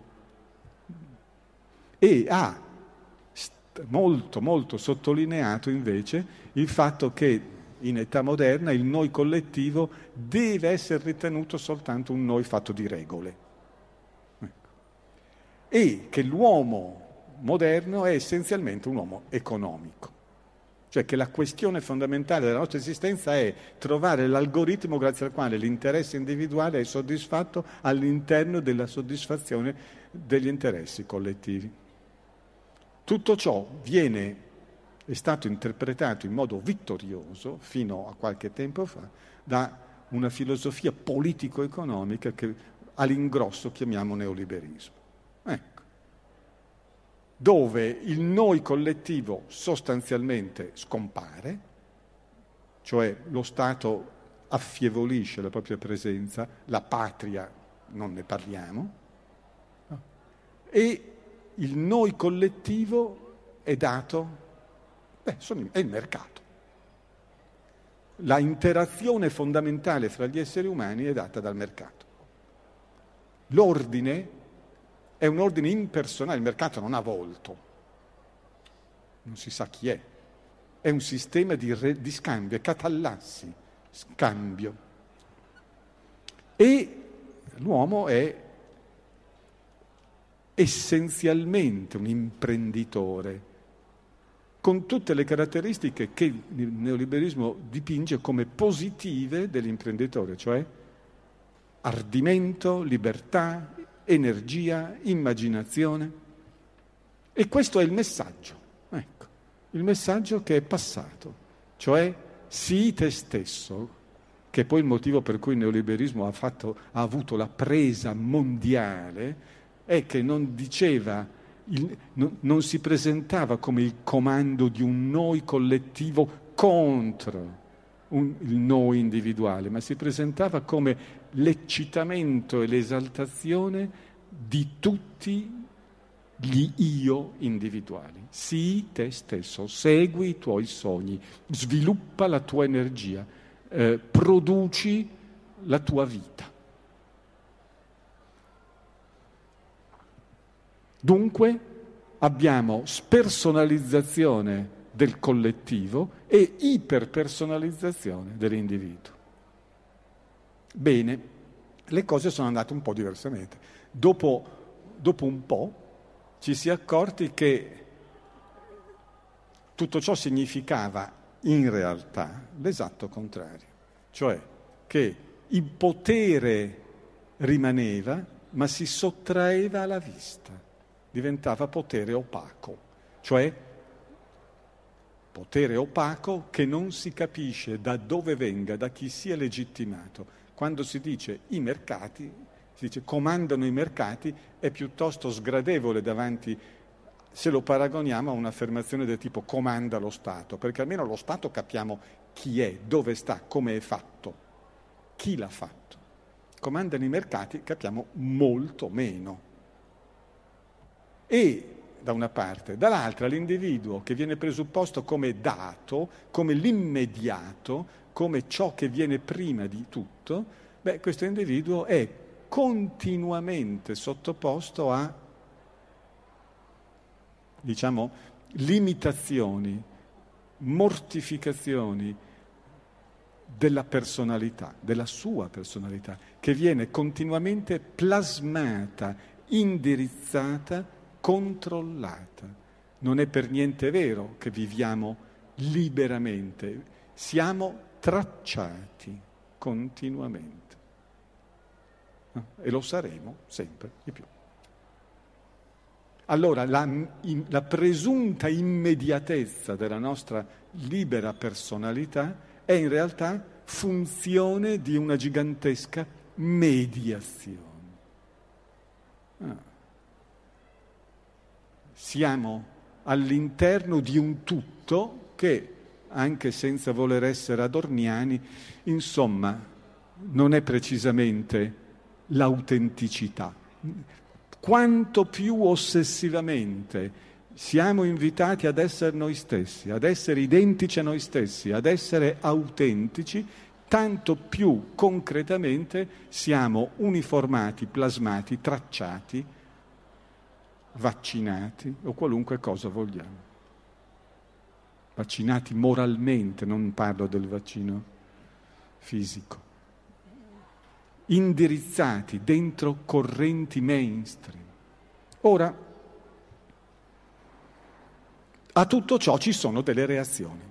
e ha molto, molto sottolineato invece il fatto che in età moderna il noi collettivo deve essere ritenuto soltanto un noi fatto di regole. Ecco. E che l'uomo moderno è essenzialmente un uomo economico. Cioè che la questione fondamentale della nostra esistenza è trovare l'algoritmo grazie al quale l'interesse individuale è soddisfatto all'interno della soddisfazione degli interessi collettivi. Tutto ciò viene, è stato interpretato in modo vittorioso, fino a qualche tempo fa, da una filosofia politico-economica che all'ingrosso chiamiamo neoliberismo. Ecco. Dove il noi collettivo sostanzialmente scompare, cioè lo Stato affievolisce la propria presenza, la patria non ne parliamo, e il noi collettivo è dato, beh, sono, è il mercato. La interazione fondamentale fra gli esseri umani è data dal mercato. L'ordine è un ordine impersonale, il mercato non ha volto, non si sa chi è, è un sistema di, re, di scambio, è catalassi, scambio. E l'uomo è essenzialmente un imprenditore, con tutte le caratteristiche che il neoliberismo dipinge come positive dell'imprenditore, cioè ardimento, libertà, energia, immaginazione. E questo è il messaggio, ecco, il messaggio che è passato, cioè sii te stesso, che è poi il motivo per cui il neoliberismo ha, fatto, ha avuto la presa mondiale, è che non diceva, il, non, non si presentava come il comando di un noi collettivo contro un, il noi individuale, ma si presentava come l'eccitamento e l'esaltazione di tutti gli io individuali. Sii te stesso, segui i tuoi sogni, sviluppa la tua energia, eh, produci la tua vita. Dunque abbiamo spersonalizzazione del collettivo e iperpersonalizzazione dell'individuo. Bene, le cose sono andate un po' diversamente. Dopo, dopo un po' ci si è accorti che tutto ciò significava in realtà l'esatto contrario, cioè che il potere rimaneva ma si sottraeva alla vista. Diventava potere opaco, cioè potere opaco che non si capisce da dove venga, da chi sia legittimato. Quando si dice i mercati, si dice comandano i mercati, è piuttosto sgradevole davanti, se lo paragoniamo a un'affermazione del tipo comanda lo Stato, perché almeno lo Stato capiamo chi è, dove sta, come è fatto, chi l'ha fatto. Comandano i mercati, capiamo molto meno. E da una parte, dall'altra l'individuo che viene presupposto come dato, come l'immediato, come ciò che viene prima di tutto, beh, questo individuo è continuamente sottoposto a, diciamo, limitazioni, mortificazioni della personalità, della sua personalità, che viene continuamente plasmata, indirizzata, controllata. Non è per niente vero che viviamo liberamente, siamo tracciati continuamente. E lo saremo sempre di più. Allora la, in, la presunta immediatezza della nostra libera personalità è in realtà funzione di una gigantesca mediazione. Ah. Siamo all'interno di un tutto che, anche senza voler essere adorniani, insomma, non è precisamente l'autenticità. Quanto più ossessivamente siamo invitati ad essere noi stessi, ad essere identici a noi stessi, ad essere autentici, tanto più concretamente siamo uniformati, plasmati, tracciati, vaccinati o qualunque cosa vogliamo. Vaccinati moralmente, non parlo del vaccino fisico. Indirizzati dentro correnti mainstream. Ora, a tutto ciò ci sono delle reazioni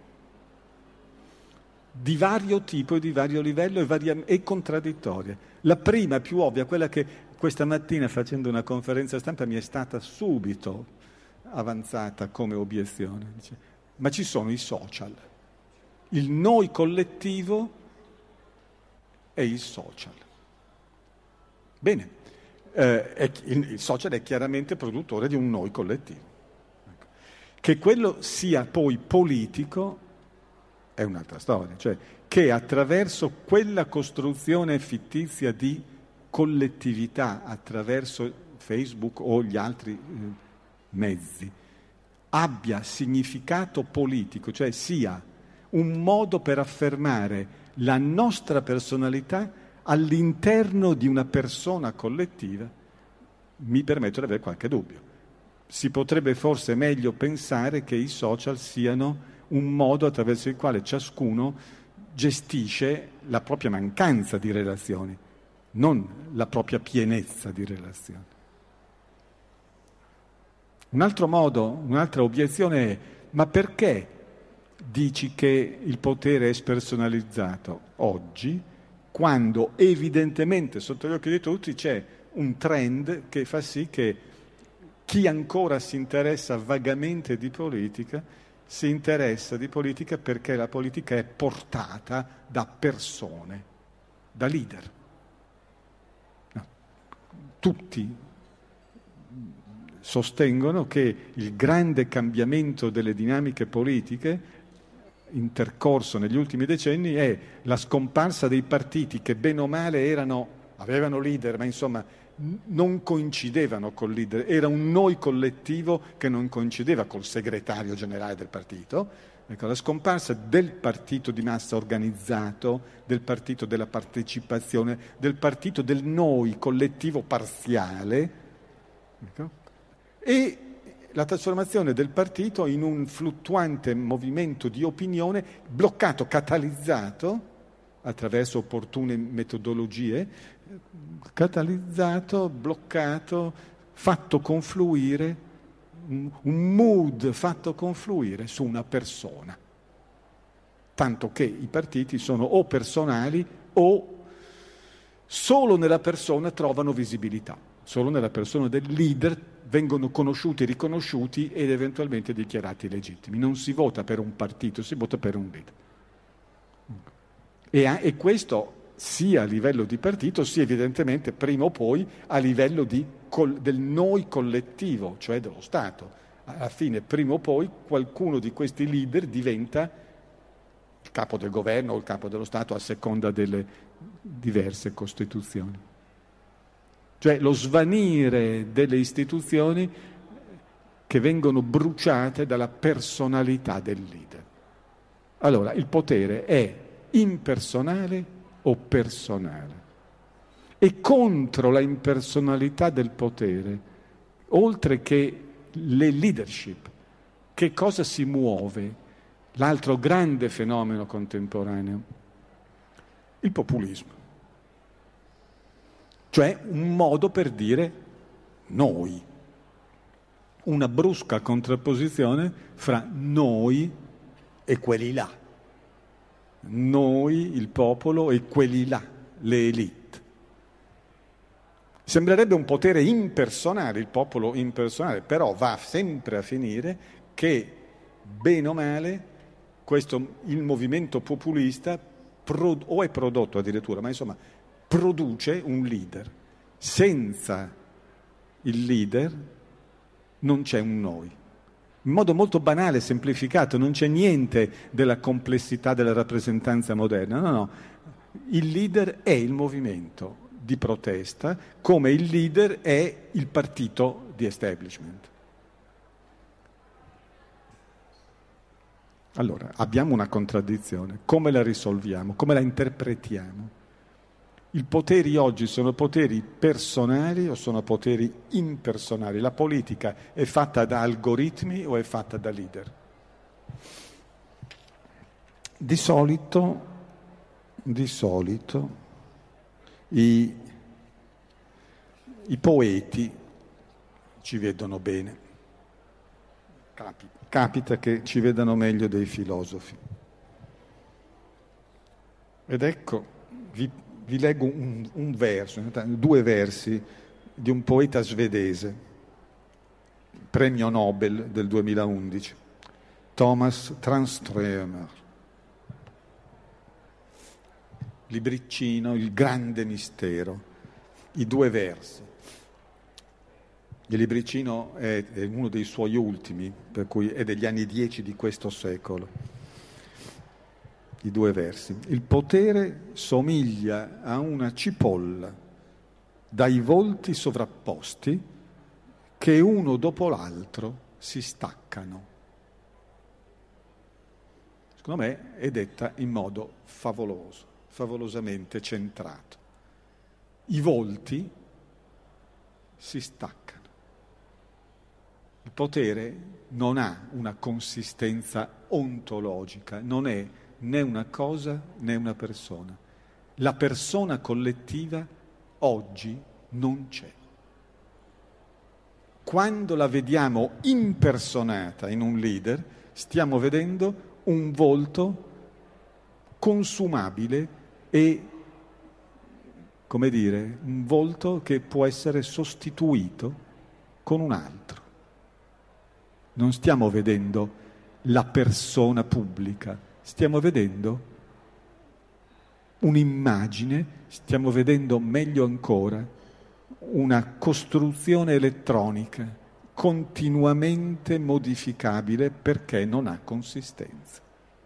di vario tipo e di vario livello e, varia- e contraddittorie. La prima, più ovvia, quella che questa mattina facendo una conferenza stampa mi è stata subito avanzata come obiezione. Dice, ma ci sono i social, il noi collettivo e il social. Bene, eh, è, il, il social è chiaramente produttore di un noi collettivo. Ecco. Che quello sia poi politico è un'altra storia, cioè che attraverso quella costruzione fittizia di collettività, attraverso Facebook o gli altri eh, mezzi, abbia significato politico, cioè sia un modo per affermare la nostra personalità all'interno di una persona collettiva, mi permetto di avere qualche dubbio. Si potrebbe forse meglio pensare che i social siano un modo attraverso il quale ciascuno gestisce la propria mancanza di relazioni, non la propria pienezza di relazioni. Un altro modo, un'altra obiezione è: ma perché dici che il potere è spersonalizzato oggi, quando evidentemente sotto gli occhi di tutti c'è un trend che fa sì che chi ancora si interessa vagamente di politica si interessa di politica perché la politica è portata da persone, da leader. No. Tutti sostengono che il grande cambiamento delle dinamiche politiche intercorso negli ultimi decenni è la scomparsa dei partiti che bene o male erano, avevano leader, ma insomma non coincidevano col leader, era un noi collettivo che non coincideva col segretario generale del partito. Ecco, la scomparsa del partito di massa organizzato, del partito della partecipazione, del partito del noi collettivo parziale, ecco, e la trasformazione del partito in un fluttuante movimento di opinione bloccato, catalizzato attraverso opportune metodologie, catalizzato, bloccato, fatto confluire, un, un mood fatto confluire su una persona. Tanto che i partiti sono o personali o solo nella persona trovano visibilità, solo nella persona del leader vengono conosciuti, riconosciuti ed eventualmente dichiarati legittimi. Non si vota per un partito, si vota per un leader. E, e questo sia a livello di partito, sia evidentemente prima o poi a livello di, col, del noi collettivo, cioè dello Stato. Alla fine, prima o poi, qualcuno di questi leader diventa il capo del governo o il capo dello Stato a seconda delle diverse costituzioni. Cioè lo svanire delle istituzioni che vengono bruciate dalla personalità del leader. Allora, il potere è impersonale o personale? E contro la impersonalità del potere, oltre che le leadership, che cosa si muove? L'altro grande fenomeno contemporaneo, il populismo. Cioè un modo per dire noi, una brusca contrapposizione fra noi e quelli là, noi, il popolo, e quelli là, le elite. Sembrerebbe un potere impersonale, il popolo impersonale, però va sempre a finire che, bene o male, questo, il movimento populista pro, o è prodotto addirittura, ma insomma produce un leader. Senza il leader non c'è un noi. In modo molto banale, semplificato, non c'è niente della complessità della rappresentanza moderna, no, no. Il leader è il movimento di protesta, come il leader è il partito di establishment. Allora, abbiamo una contraddizione. Come la risolviamo? Come la interpretiamo? I poteri oggi sono poteri personali o sono poteri impersonali? La politica è fatta da algoritmi o è fatta da leader? Di solito, di solito, i, i poeti ci vedono bene. Capita. Capita che ci vedano meglio dei filosofi. Ed ecco, vi, vi leggo un, un verso, due versi di un poeta svedese, premio Nobel del duemilaundici, Thomas Tranströmer. Libriccino, Il grande mistero, i due versi. Il libricino è, è uno dei suoi ultimi, per cui è degli anni dieci di questo secolo. I due versi. Il potere somiglia a una cipolla dai volti sovrapposti che uno dopo l'altro si staccano. Secondo me è detta in modo favoloso, favolosamente centrato. I volti si staccano. Il potere non ha una consistenza ontologica, non è né una cosa né una persona. La persona collettiva oggi non c'è. Quando la vediamo impersonata in un leader, stiamo vedendo un volto consumabile e, come dire, un volto che può essere sostituito con un altro. Non stiamo vedendo la persona pubblica, stiamo vedendo un'immagine, stiamo vedendo meglio ancora una costruzione elettronica continuamente modificabile perché non ha consistenza.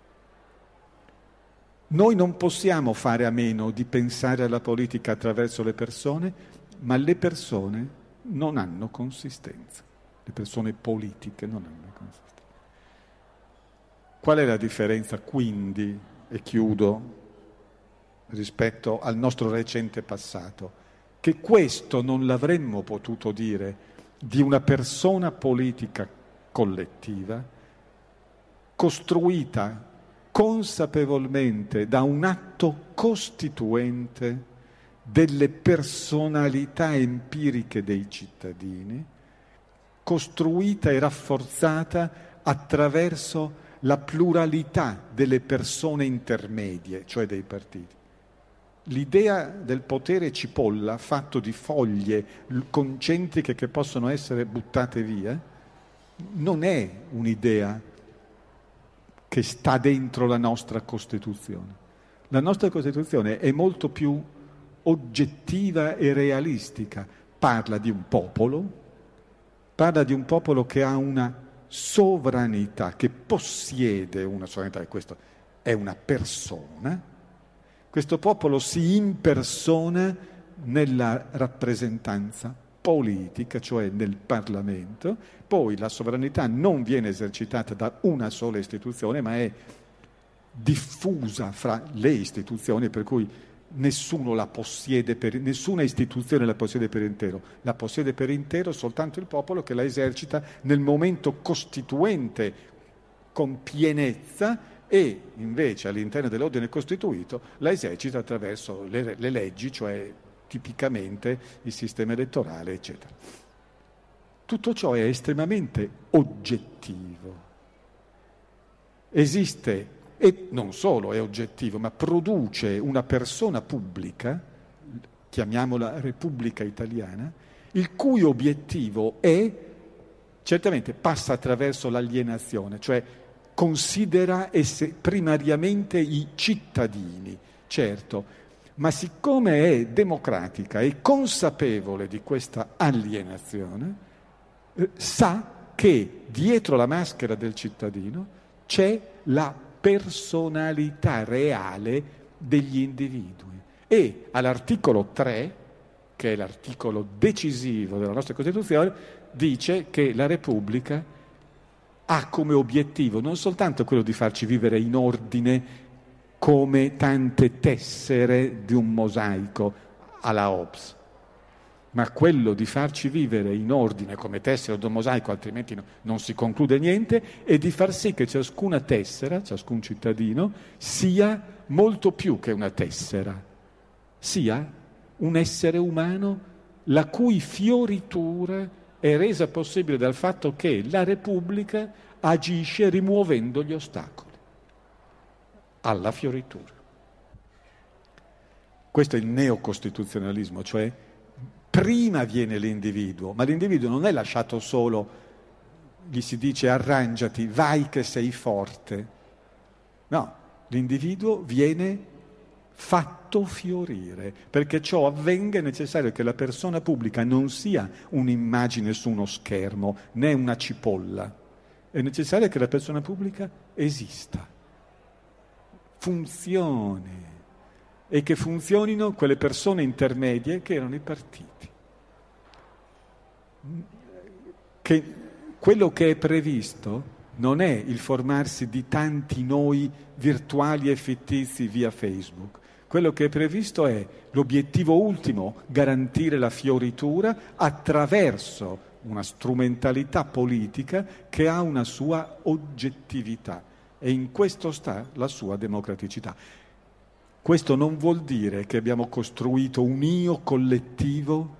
Noi non possiamo fare a meno di pensare alla politica attraverso le persone, ma le persone non hanno consistenza. Le persone politiche non hanno consistenza. Qual è la differenza quindi, e chiudo, rispetto al nostro recente passato? Che questo non l'avremmo potuto dire di una persona politica collettiva costruita consapevolmente da un atto costituente delle personalità empiriche dei cittadini, costruita e rafforzata attraverso la pluralità delle persone intermedie, cioè dei partiti. L'idea del potere cipolla, fatto di foglie concentriche che possono essere buttate via, non è un'idea che sta dentro la nostra Costituzione. La nostra Costituzione è molto più oggettiva e realistica. Parla di un popolo, parla di un popolo che ha una sovranità, che possiede una sovranità, e questo è una persona. Questo popolo si impersona nella rappresentanza politica, cioè nel Parlamento. Poi la sovranità non viene esercitata da una sola istituzione, ma è diffusa fra le istituzioni, per cui nessuno la possiede per, nessuna istituzione la possiede per intero, la possiede per intero soltanto il popolo, che la esercita nel momento costituente con pienezza, e invece all'interno dell'ordine costituito la esercita attraverso le, le leggi, cioè tipicamente il sistema elettorale, eccetera. Tutto ciò è estremamente oggettivo. Esiste, e non solo è oggettivo, ma produce una persona pubblica, chiamiamola Repubblica Italiana, il cui obiettivo è, certamente passa attraverso l'alienazione, cioè considera esse primariamente i cittadini, certo, ma siccome è democratica e consapevole di questa alienazione, eh, sa che dietro la maschera del cittadino c'è la personalità reale degli individui. E all'articolo tre, che è l'articolo decisivo della nostra Costituzione, dice che la Repubblica ha come obiettivo non soltanto quello di farci vivere in ordine come tante tessere di un mosaico alla Hobbes, ma quello di farci vivere in ordine come tessere di un mosaico, altrimenti no, non si conclude niente, e di far sì che ciascuna tessera, ciascun cittadino, sia molto più che una tessera, sia un essere umano la cui fioritura è resa possibile dal fatto che la Repubblica agisce rimuovendo gli ostacoli alla fioritura. Questo è il neocostituzionalismo, cioè prima viene l'individuo, ma l'individuo non è lasciato solo, gli si dice arrangiati, vai che sei forte. No, l'individuo viene fatto fiorire. Perché ciò avvenga è necessario che la persona pubblica non sia un'immagine su uno schermo, né una cipolla. È necessario che la persona pubblica esista, funzioni, e che funzionino quelle persone intermedie che erano i partiti. Che quello che è previsto non è il formarsi di tanti noi virtuali e fittizi via Facebook. Quello che è previsto è l'obiettivo ultimo, garantire la fioritura attraverso una strumentalità politica che ha una sua oggettività, e in questo sta la sua democraticità. Questo non vuol dire che abbiamo costruito un io collettivo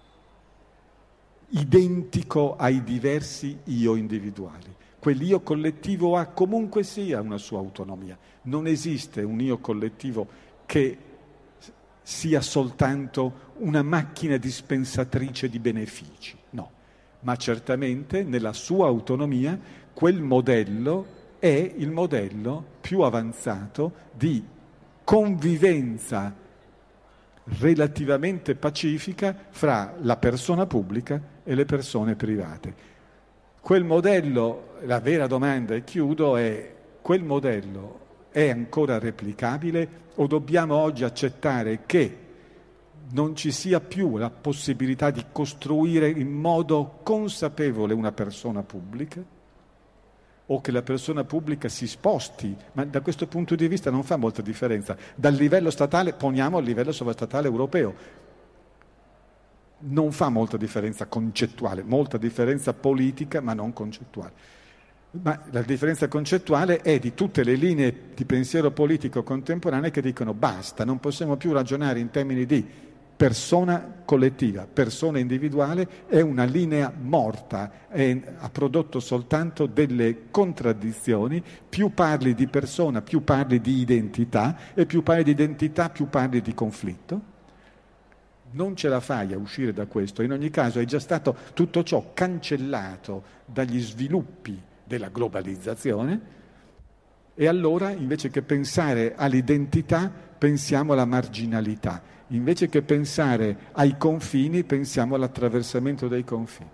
identico ai diversi io individuali. Quell'io collettivo ha comunque sia una sua autonomia. Non esiste un io collettivo che sia soltanto una macchina dispensatrice di benefici, no. Ma certamente nella sua autonomia quel modello è il modello più avanzato di convivenza relativamente pacifica fra la persona pubblica e le persone private. Quel modello, la vera domanda, e chiudo, è: quel modello è ancora replicabile o dobbiamo oggi accettare che non ci sia più la possibilità di costruire in modo consapevole una persona pubblica, o che la persona pubblica si sposti? Ma da questo punto di vista non fa molta differenza. Dal livello statale poniamo al livello sovrastatale europeo. Non fa molta differenza concettuale, molta differenza politica, ma non concettuale. Ma la differenza concettuale è di tutte le linee di pensiero politico contemporanee che dicono basta, non possiamo più ragionare in termini di persona collettiva, persona individuale, è una linea morta, è, ha prodotto soltanto delle contraddizioni. Più parli di persona, più parli di identità, e più parli di identità, più parli di conflitto. Non ce la fai a uscire da questo. In ogni caso è già stato tutto ciò cancellato dagli sviluppi della globalizzazione, e allora invece che pensare all'identità pensiamo alla marginalità. Invece che pensare ai confini, pensiamo all'attraversamento dei confini.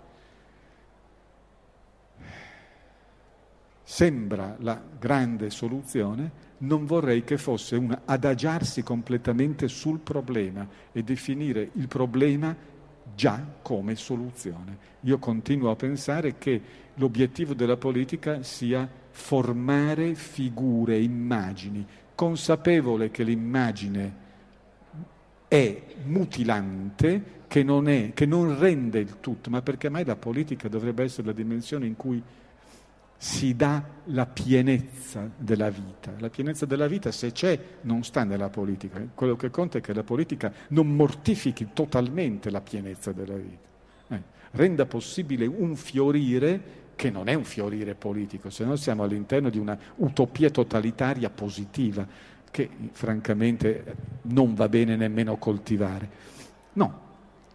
Sembra la grande soluzione, non vorrei che fosse un adagiarsi completamente sul problema e definire il problema già come soluzione. Io continuo a pensare che l'obiettivo della politica sia formare figure, immagini, consapevole che l'immagine è mutilante, che non, è, che non rende il tutto, ma perché mai la politica dovrebbe essere la dimensione in cui si dà la pienezza della vita. La pienezza della vita, se c'è, non sta nella politica. Quello che conta è che la politica non mortifichi totalmente la pienezza della vita. Eh, renda possibile un fiorire che non è un fiorire politico, se no siamo all'interno di una utopia totalitaria positiva, che francamente non va bene nemmeno coltivare. No,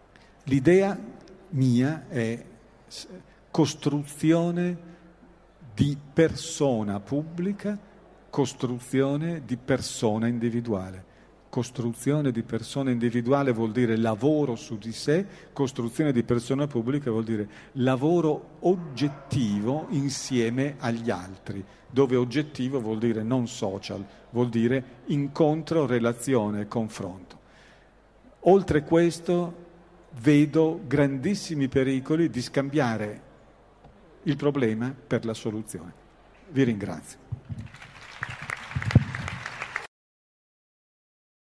l'idea mia è costruzione di persona pubblica, costruzione di persona individuale. Costruzione di persona individuale vuol dire lavoro su di sé, costruzione di persona pubblica vuol dire lavoro oggettivo insieme agli altri, dove oggettivo vuol dire non social, vuol dire incontro, relazione, confronto. Oltre questo vedo grandissimi pericoli di scambiare il problema per la soluzione. Vi ringrazio.